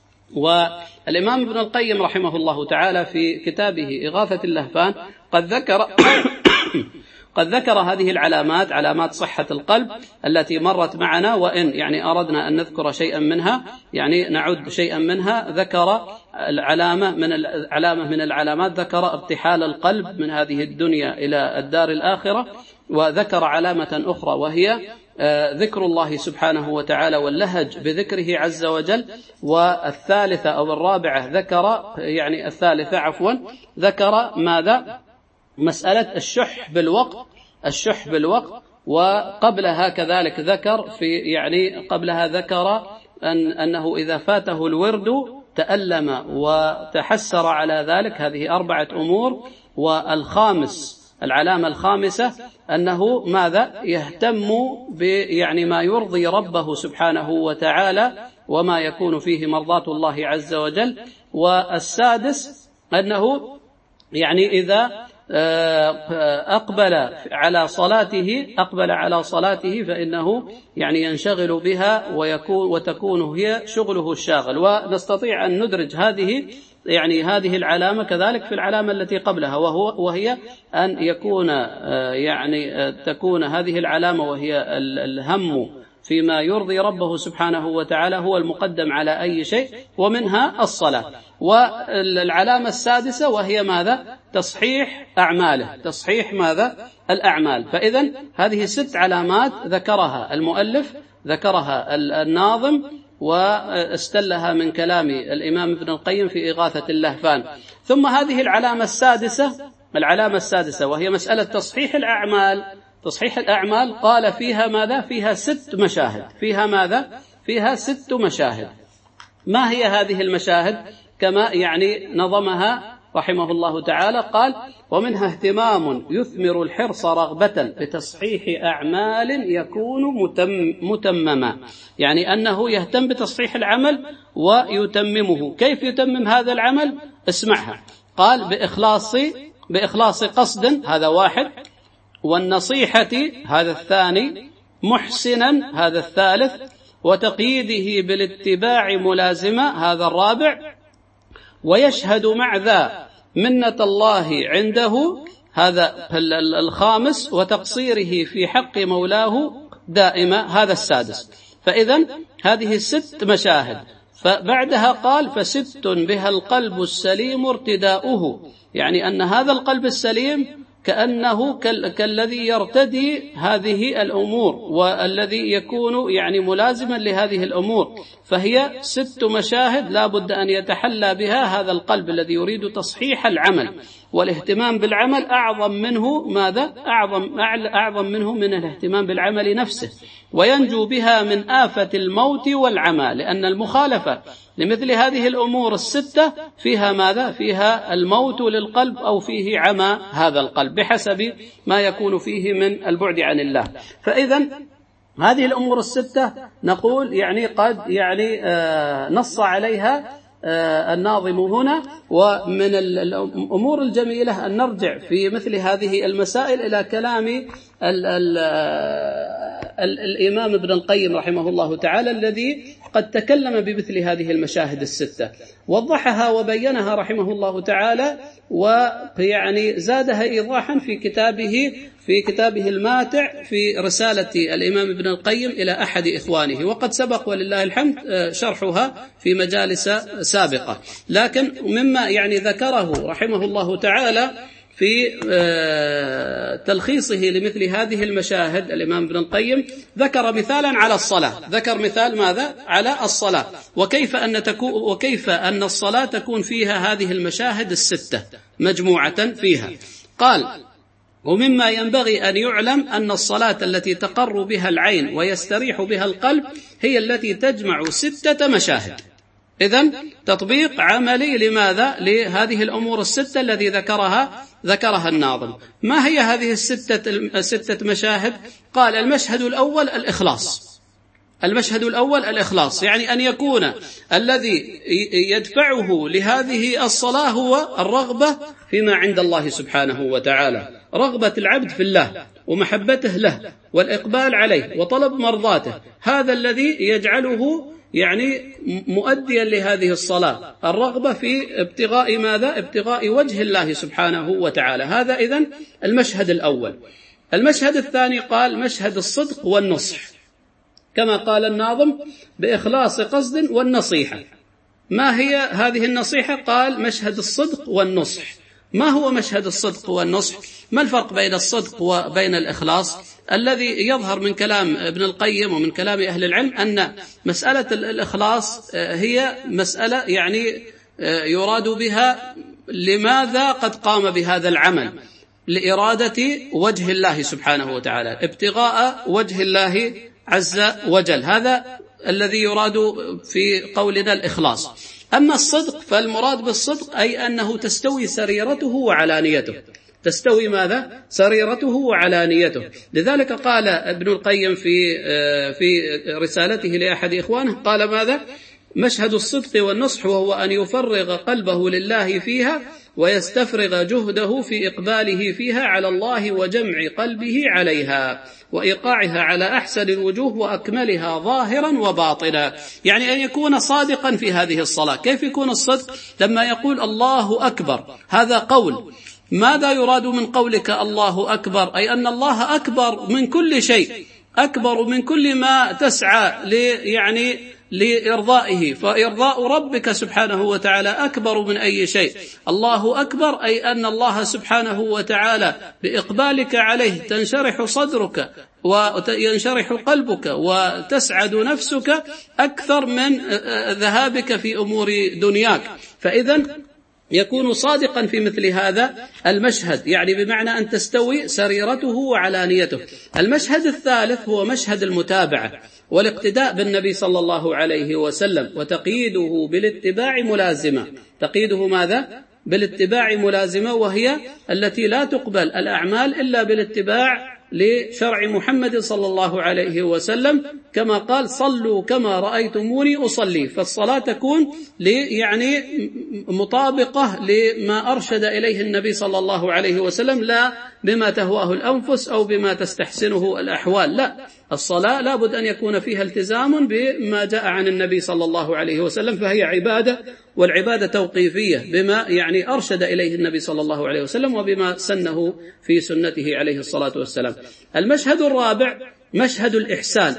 والإمام ابن القيم رحمه الله تعالى في كتابه إغاثة اللهفان قد ذكر قد ذكر هذه العلامات، علامات صحة القلب التي مرت معنا، وإن يعني أردنا أن نذكر شيئا منها، يعني نعد شيئا منها. ذكر العلامة من العلامة من العلامات، ذكر ارتحال القلب من هذه الدنيا إلى الدار الآخرة، وذكر علامة أخرى وهي ذكر الله سبحانه وتعالى واللهج بذكره عز وجل. والثالثة أو الرابعة ذكر يعني الثالثة عفوا ذكر ماذا؟ مسألة الشح بالوقت، الشح بالوقت. وقبلها كذلك ذكر في يعني قبلها ذكر أن أنه إذا فاته الورد تألم وتحسر على ذلك. هذه أربعة أمور. والخامس العلامة الخامسة أنه ماذا؟ يهتم يعني ما يرضي ربه سبحانه وتعالى وما يكون فيه مرضاة الله عز وجل. والسادس أنه يعني إذا أقبل على صلاته أقبل على صلاته فإنه يعني ينشغل بها ويكون وتكون هي شغله الشاغل. ونستطيع أن ندرج هذه يعني هذه العلامة كذلك في العلامة التي قبلها، وهو وهي أن يكون يعني تكون هذه العلامة وهي الهم فيما يرضي ربه سبحانه وتعالى هو المقدم على أي شيء، ومنها الصلاة. والعلامة السادسة وهي ماذا؟ تصحيح أعماله، تصحيح ماذا؟ الأعمال. فإذن هذه ست علامات ذكرها المؤلف، ذكرها الناظم، واستلها من كلام الإمام ابن القيم في إغاثة اللهفان. ثم هذه العلامة السادسة العلامة السادسة وهي مسألة تصحيح الأعمال. تصحيح الأعمال قال فيها ماذا؟ فيها ست مشاهد. فيها ماذا؟ فيها ست مشاهد. ما هي هذه المشاهد؟ كما يعني نظمها رحمه الله تعالى قال: ومنها اهتمام يثمر الحرص رغبة بتصحيح أعمال يكون متم متمما، يعني أنه يهتم بتصحيح العمل ويتممه. كيف يتمم هذا العمل؟ اسمعها. قال: بإخلاص بإخلاص قصد، هذا واحد، والنصيحة هذا الثاني، محسنا هذا الثالث، وتقييده بالاتباع ملازمة هذا الرابع، ويشهد مع ذا منة الله عنده هذا الخامس، وتقصيره في حق مولاه دائما هذا السادس. فإذن هذه الست مشاهد. فبعدها قال: فست بها القلب السليم ارتداؤه، يعني أن هذا القلب السليم كأنه كالذي يرتدي هذه الأمور والذي يكون يعني ملازما لهذه الأمور. فهي ست مشاهد لا بد أن يتحلى بها هذا القلب الذي يريد تصحيح العمل، والاهتمام بالعمل أعظم منه ماذا؟ أعظم, أعظم منه من الاهتمام بالعمل نفسه، وينجو بها من آفة الموت والعمى، لأن المخالفة لمثل هذه الأمور الستة فيها ماذا؟ فيها الموت للقلب أو فيه عمى هذا القلب بحسب ما يكون فيه من البعد عن الله. فإذا هذه الأمور الستة نقول يعني قد يعني آه نص عليها آه الناظم هنا. ومن الأمور الجميلة أن نرجع في مثل هذه المسائل إلى كلام ال ال ال الإمام ابن القيم رحمه الله تعالى الذي قد تكلم بمثل هذه المشاهد الستة، وضحها وبينها رحمه الله تعالى، ويعني زادها إيضاحا في كتابه في كتابه الماتع في رسالة الإمام ابن القيم إلى أحد إخوانه، وقد سبق ولله الحمد شرحها في مجالس سابقة. لكن مما يعني ذكره رحمه الله تعالى في تلخيصه لمثل هذه المشاهد الإمام ابن القيم ذكر مثالا على الصلاة. ذكر مثال ماذا؟ على الصلاة، وكيف أن تكون وكيف أن الصلاة تكون فيها هذه المشاهد الستة مجموعة فيها. قال: ومما ينبغي أن يعلم أن الصلاة التي تقر بها العين ويستريح بها القلب هي التي تجمع ستة مشاهد. إذن تطبيق عملي لماذا؟ لهذه الأمور الستة التي ذكرها ذكرها الناظم. ما هي هذه الستة الستة مشاهد؟ قال: المشهد الأول الإخلاص. المشهد الأول الإخلاص، يعني أن يكون الذي يدفعه لهذه الصلاة هو الرغبة فيما عند الله سبحانه وتعالى، رغبة العبد في الله ومحبته له والإقبال عليه وطلب مرضاته، هذا الذي يجعله يعني مؤديا لهذه الصلاة، الرغبة في ابتغاء ماذا؟ ابتغاء وجه الله سبحانه وتعالى. هذا إذن المشهد الأول. المشهد الثاني قال: مشهد الصدق والنصح، كما قال الناظم: بإخلاص قصد والنصيحة. ما هي هذه النصيحة؟ قال مشهد الصدق والنصح. ما هو مشهد الصدق والنصح؟ ما الفرق بين الصدق وبين الإخلاص؟ الذي يظهر من كلام ابن القيم ومن كلام أهل العلم أن مسألة الإخلاص هي مسألة يعني يراد بها لماذا قد قام بهذا العمل، لإرادة وجه الله سبحانه وتعالى، ابتغاء وجه الله عز وجل، هذا الذي يراد في قولنا الإخلاص. أما الصدق فالمراد بالصدق أي أنه تستوي سريرته وعلانيته، تستوي ماذا؟ سريرته وعلانيته. لذلك قال ابن القيم في في رسالته لأحد إخوانه قال ماذا؟ مشهد الصدق والنصح وهو أن يفرغ قلبه لله فيها ويستفرغ جهده في إقباله فيها على الله وجمع قلبه عليها وإيقاعها على أحسن الوجوه وأكملها ظاهرا وباطنا. يعني أن يكون صادقا في هذه الصلاة. كيف يكون الصدق؟ لما يقول الله أكبر، هذا قول. ماذا يراد من قولك الله أكبر؟ أي أن الله أكبر من كل شيء، أكبر من كل ما تسعى لي يعني لإرضائه، فإرضاء ربك سبحانه وتعالى أكبر من أي شيء. الله أكبر أي أن الله سبحانه وتعالى بإقبالك عليه تنشرح صدرك وينشرح قلبك وتسعد نفسك أكثر من ذهابك في أمور دنياك. فإذن يكون صادقا في مثل هذا المشهد، يعني بمعنى أن تستوي سريرته وعلانيته. المشهد الثالث هو مشهد المتابعة والاقتداء بالنبي صلى الله عليه وسلم، وتقييده بالاتباع ملازمة. تقييده ماذا؟ بالاتباع ملازمة، وهي التي لا تقبل الأعمال إلا بالاتباع لشرع محمد صلى الله عليه وسلم، كما قال صلوا كما رأيتموني أصلي. فالصلاة تكون يعني مطابقة لما أرشد إليه النبي صلى الله عليه وسلم، لا بما تهواه الأنفس أو بما تستحسنه الأحوال، لا، الصلاة لابد أن يكون فيها التزام بما جاء عن النبي صلى الله عليه وسلم، فهي عبادة، والعبادة توقيفية بما يعني أرشد إليه النبي صلى الله عليه وسلم وبما سنه في سنته عليه الصلاة والسلام. المشهد الرابع مشهد الإحسان.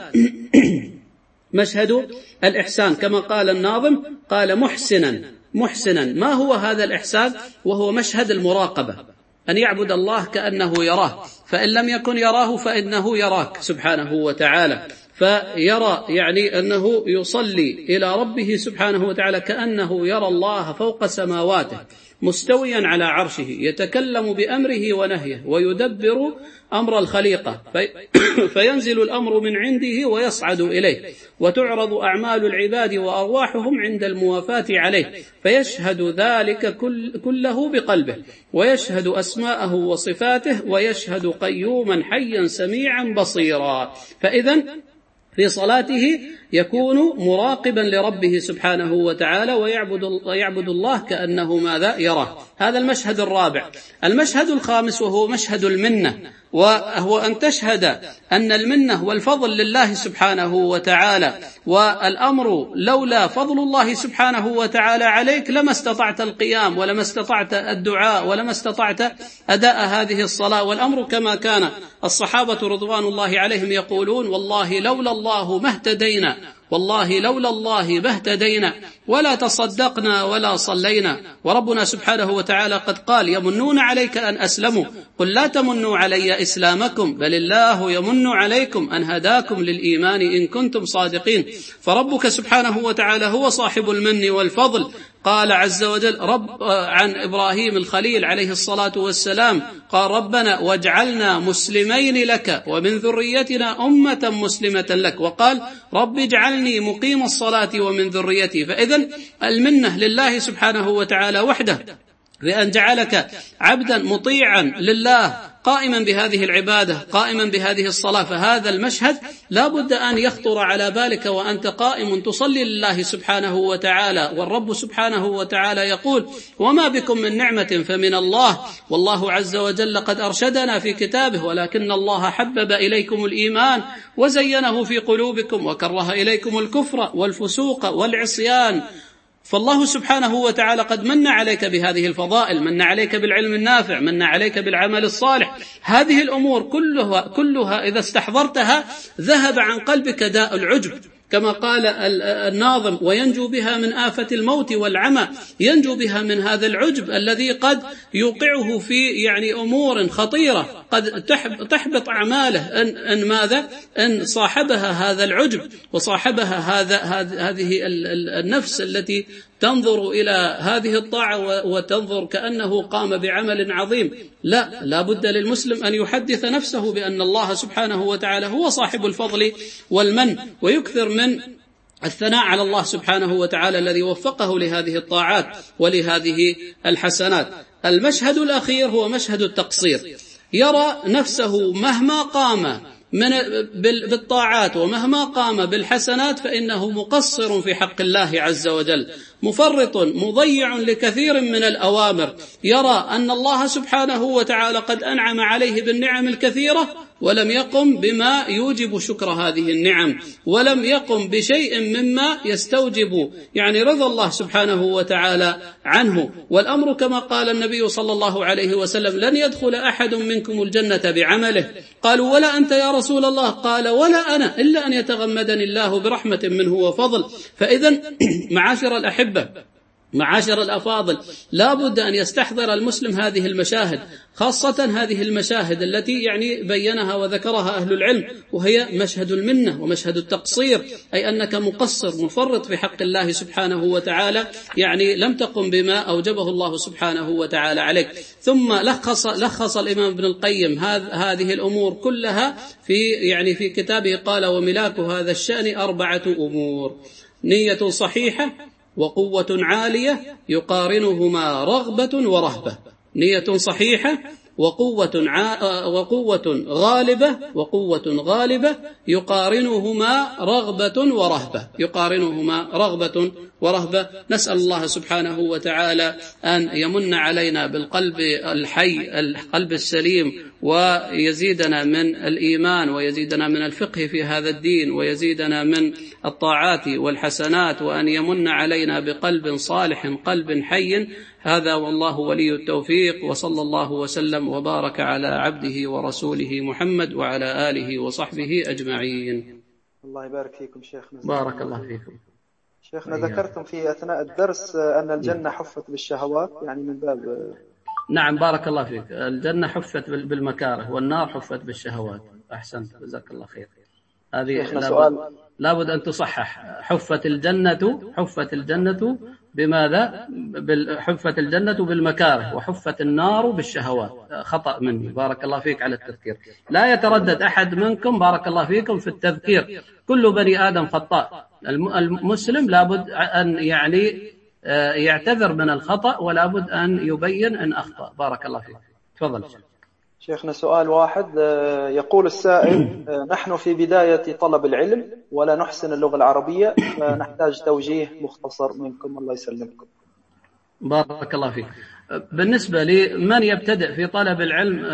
مشهد الإحسان كما قال الناظم، قال محسنا محسنا. ما هو هذا الإحسان؟ وهو مشهد المراقبة، أن يعبد الله كأنه يراه، فإن لم يكن يراه فإنه يراك سبحانه وتعالى، فيرى يعني أنه يصلي إلى ربه سبحانه وتعالى كأنه يرى الله فوق سماواته مستويا على عرشه، يتكلم بأمره ونهيه ويدبر أمر الخليقة، في فينزل الأمر من عنده ويصعد إليه، وتعرض أعمال العباد وأرواحهم عند الموافاة عليه، فيشهد ذلك كل كله بقلبه، ويشهد أسماءه وصفاته، ويشهد قيوما حيا سميعا بصيرا. فإذن في صلاته يكون مراقبا لربه سبحانه وتعالى ويعبد ويعبد الله كأنه ماذا؟ يراه. هذا المشهد الرابع. المشهد الخامس وهو مشهد المنة، وهو أن تشهد أن المنة والفضل لله سبحانه وتعالى، والأمر لولا فضل الله سبحانه وتعالى عليك لما استطعت القيام ولما استطعت الدعاء ولما استطعت أداء هذه الصلاة. والأمر كما كان الصحابة رضوان الله عليهم يقولون والله لولا الله ما اهتدينا، والله لولا الله ما اهتدينا ولا تصدقنا ولا صلينا. وربنا سبحانه وتعالى قد قال يمنون عليك أن أسلموا، قل لا تمنوا علي إسلامكم بل الله يمن عليكم أن هداكم للإيمان إن كنتم صادقين. فربك سبحانه وتعالى هو صاحب المن والفضل. قال عز وجل رب عن إبراهيم الخليل عليه الصلاة والسلام، قال ربنا واجعلنا مسلمين لك ومن ذريتنا أمة مسلمة لك، وقال رب اجعلني مقيم الصلاة ومن ذريتي. فإذن المنة لله سبحانه وتعالى وحده بأن جعلك عبدا مطيعا لله قائما بهذه العبادة، قائما بهذه الصلاة. فهذا المشهد لا بد أن يخطر على بالك وأنت قائم تصلي لله سبحانه وتعالى، والرب سبحانه وتعالى يقول وما بكم من نعمة فمن الله، والله عز وجل قد أرشدنا في كتابه ولكن الله حبب إليكم الإيمان وزينه في قلوبكم وكره إليكم الكفر والفسوق والعصيان. فالله سبحانه وتعالى قد من عليك بهذه الفضائل، من عليك بالعلم النافع، من عليك بالعمل الصالح. هذه الأمور كلها, كلها إذا استحضرتها ذهب عن قلبك داء العجب، كما قال الناظم: وينجو بها من آفة الموت والعمى، ينجو بها من هذا العجب الذي قد يوقعه في يعني أمور خطيرة قد تحبط أعماله، أن, أن ماذا؟ أن صاحبها هذا العجب، وصاحبها هذا هذه النفس التي تنظر إلى هذه الطاعة وتنظر كأنه قام بعمل عظيم. لا، لا بد للمسلم أن يحدث نفسه بأن الله سبحانه وتعالى هو صاحب الفضل والمن، ويكثر من الثناء على الله سبحانه وتعالى الذي وفقه لهذه الطاعات ولهذه الحسنات. المشهد الأخير هو مشهد التقصير، يرى نفسه مهما قام من بالطاعات ومهما قام بالحسنات فإنه مقصر في حق الله عز وجل، مفرط مضيع لكثير من الأوامر، يرى أن الله سبحانه وتعالى قد أنعم عليه بالنعم الكثيرة ولم يقم بما يوجب شكر هذه النعم، ولم يقم بشيء مما يستوجب يعني رضا الله سبحانه وتعالى عنه. والأمر كما قال النبي صلى الله عليه وسلم: لن يدخل أحد منكم الجنة بعمله. قالوا: ولا أنت يا رسول الله؟ قال: ولا أنا، إلا أن يتغمدني الله برحمة منه وفضل. فإذا معاشر الأحبة، معاشر الأفاضل، لا بد أن يستحضر المسلم هذه المشاهد، خاصة هذه المشاهد التي يعني بينها وذكرها أهل العلم، وهي مشهد المنة ومشهد التقصير، أي أنك مقصر مفرط في حق الله سبحانه وتعالى، يعني لم تقم بما أوجبه الله سبحانه وتعالى عليك. ثم لخص لخص الإمام ابن القيم هذه الأمور كلها في يعني في كتابه، قال: وملاك هذا الشأن أربعة أمور: نية صحيحة، وقوة عالية يقارنهما رغبة ورهبة. نية صحيحة، وقوة ع... وقوة غالبة وقوة غالبة يقارنهما رغبة ورهبة يقارنهما رغبة ورهبة. نسأل الله سبحانه وتعالى أن يمن علينا بالقلب الحي، القلب السليم، ويزيدنا من الإيمان، ويزيدنا من الفقه في هذا الدين، ويزيدنا من الطاعات والحسنات، وأن يمن علينا بقلب صالح، قلب حي. هذا والله ولي التوفيق، وصلى الله وسلم وبارك على عبده ورسوله محمد وعلى آله وصحبه أجمعين. الله يبارك فيكم شيخنا. بارك الله فيكم شيخنا. ذكرتم في أثناء الدرس أن الجنة حفت بالشهوات، يعني من باب. نعم، بارك الله فيك. الجنة حفت بالمكاره، والنار حفت بالشهوات. أحسنت، جزاك الله خير. هذه لابد, لابد أن تصحح. حفت الجنة حفت الجنة بماذا؟ حفت الجنة بالمكاره، وحفت النار بالشهوات. خطأ مني، بارك الله فيك على التذكير. لا يتردد أحد منكم، بارك الله فيكم، في التذكير. كل بني آدم خطاء. المسلم لابد أن يعني يعتذر من الخطأ، ولا بد أن يبين أن أخطأ. بارك الله فيك. تفضل شيخنا. سؤال واحد، يقول السائل: نحن في بداية طلب العلم ولا نحسن اللغة العربية، فنحتاج توجيه مختصر منكم، الله يسلمكم. بارك الله فيك. بالنسبة لمن يبتدئ في طلب العلم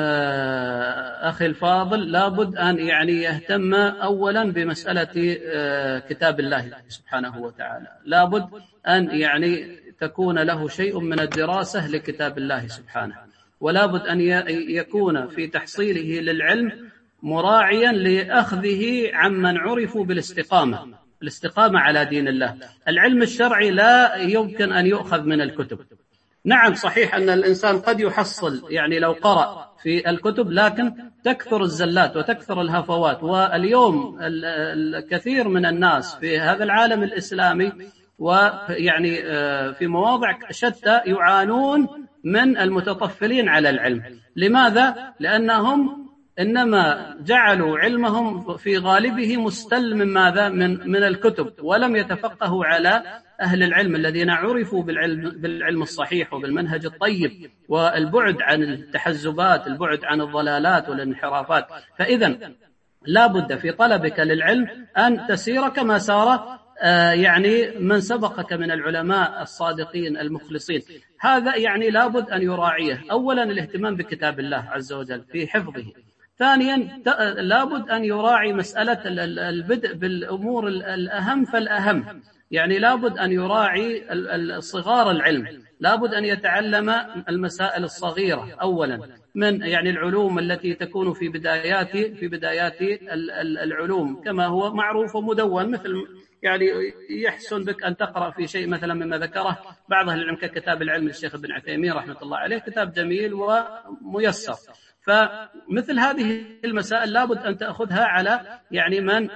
أخي الفاضل، لابد أن يعني يهتم أولا بمسألة كتاب الله سبحانه وتعالى. لابد أن يعني تكون له شيء من الدراسة لكتاب الله سبحانه، ولا بد أن يكون في تحصيله للعلم مراعيا لأخذه عمن عرفوا بالاستقامة الاستقامة على دين الله. العلم الشرعي لا يمكن أن يؤخذ من الكتب. نعم، صحيح أن الإنسان قد يحصل يعني لو قرأ في الكتب، لكن تكثر الزلات وتكثر الهفوات. واليوم الكثير من الناس في هذا العالم الإسلامي ويعني في مواضع شتى يعانون من المتطفلين على العلم. لماذا؟ لأنهم إنما جعلوا علمهم في غالبه مستل من ماذا؟ من من الكتب، ولم يتفقهوا على أهل العلم الذين عرفوا بالعلم بالعلم الصحيح وبالمنهج الطيب، والبعد عن التحزبات، البعد عن الضلالات والانحرافات. فإذا لا بد في طلبك للعلم أن تسير كما سار يعني من سبقك من العلماء الصادقين المخلصين. هذا يعني لابد أن يراعيه. أولا الاهتمام بكتاب الله عز وجل في حفظه. ثانيا لابد أن يراعي مسألة البدء بالأمور الأهم فالأهم، يعني لابد أن يراعي صغار العلم، لابد أن يتعلم المسائل الصغيرة أولا من يعني العلوم التي تكون في بدايات في بدايات العلوم كما هو معروف ومدون، مثل يعني يحسن بك أن تقرأ في شيء مثلا مما ذكره بعض أهل العلم ككتاب العلم للشيخ ابن عثيمين رحمة الله عليه، كتاب جميل وميسر. فمثل هذه المسائل لابد أن تأخذها على يعني من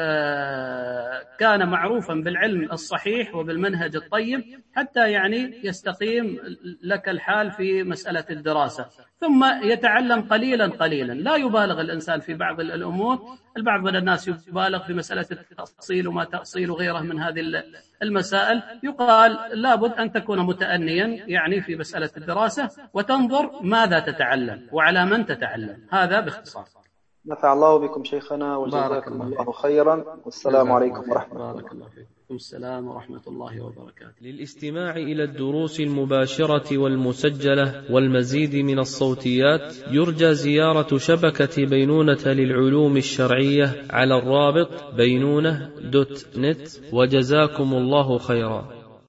كان معروفا بالعلم الصحيح وبالمنهج الطيب، حتى يعني يستقيم لك الحال في مسألة الدراسة، ثم يتعلم قليلا قليلا. لا يبالغ الإنسان في بعض الأمور. البعض من الناس يبالغ في مسألة التأصيل وما تأصيل غيره من هذه المسائل. يقال لابد أن تكون متأنيا يعني في مسألة الدراسة، وتنظر ماذا تتعلم وعلى من تتعلم. هذا باختصار. نفع الله بكم شيخنا وجزاكم الله خيرا، والسلام عليكم ورحمة الله. بارك الله فيكم. السلام ورحمة الله وبركاته. للاستماع إلى الدروس المباشرة والمسجلة والمزيد من الصوتيات يرجى زيارة شبكة بينونة للعلوم الشرعية على الرابط بينونة دوت نت، وجزاكم الله خيرا.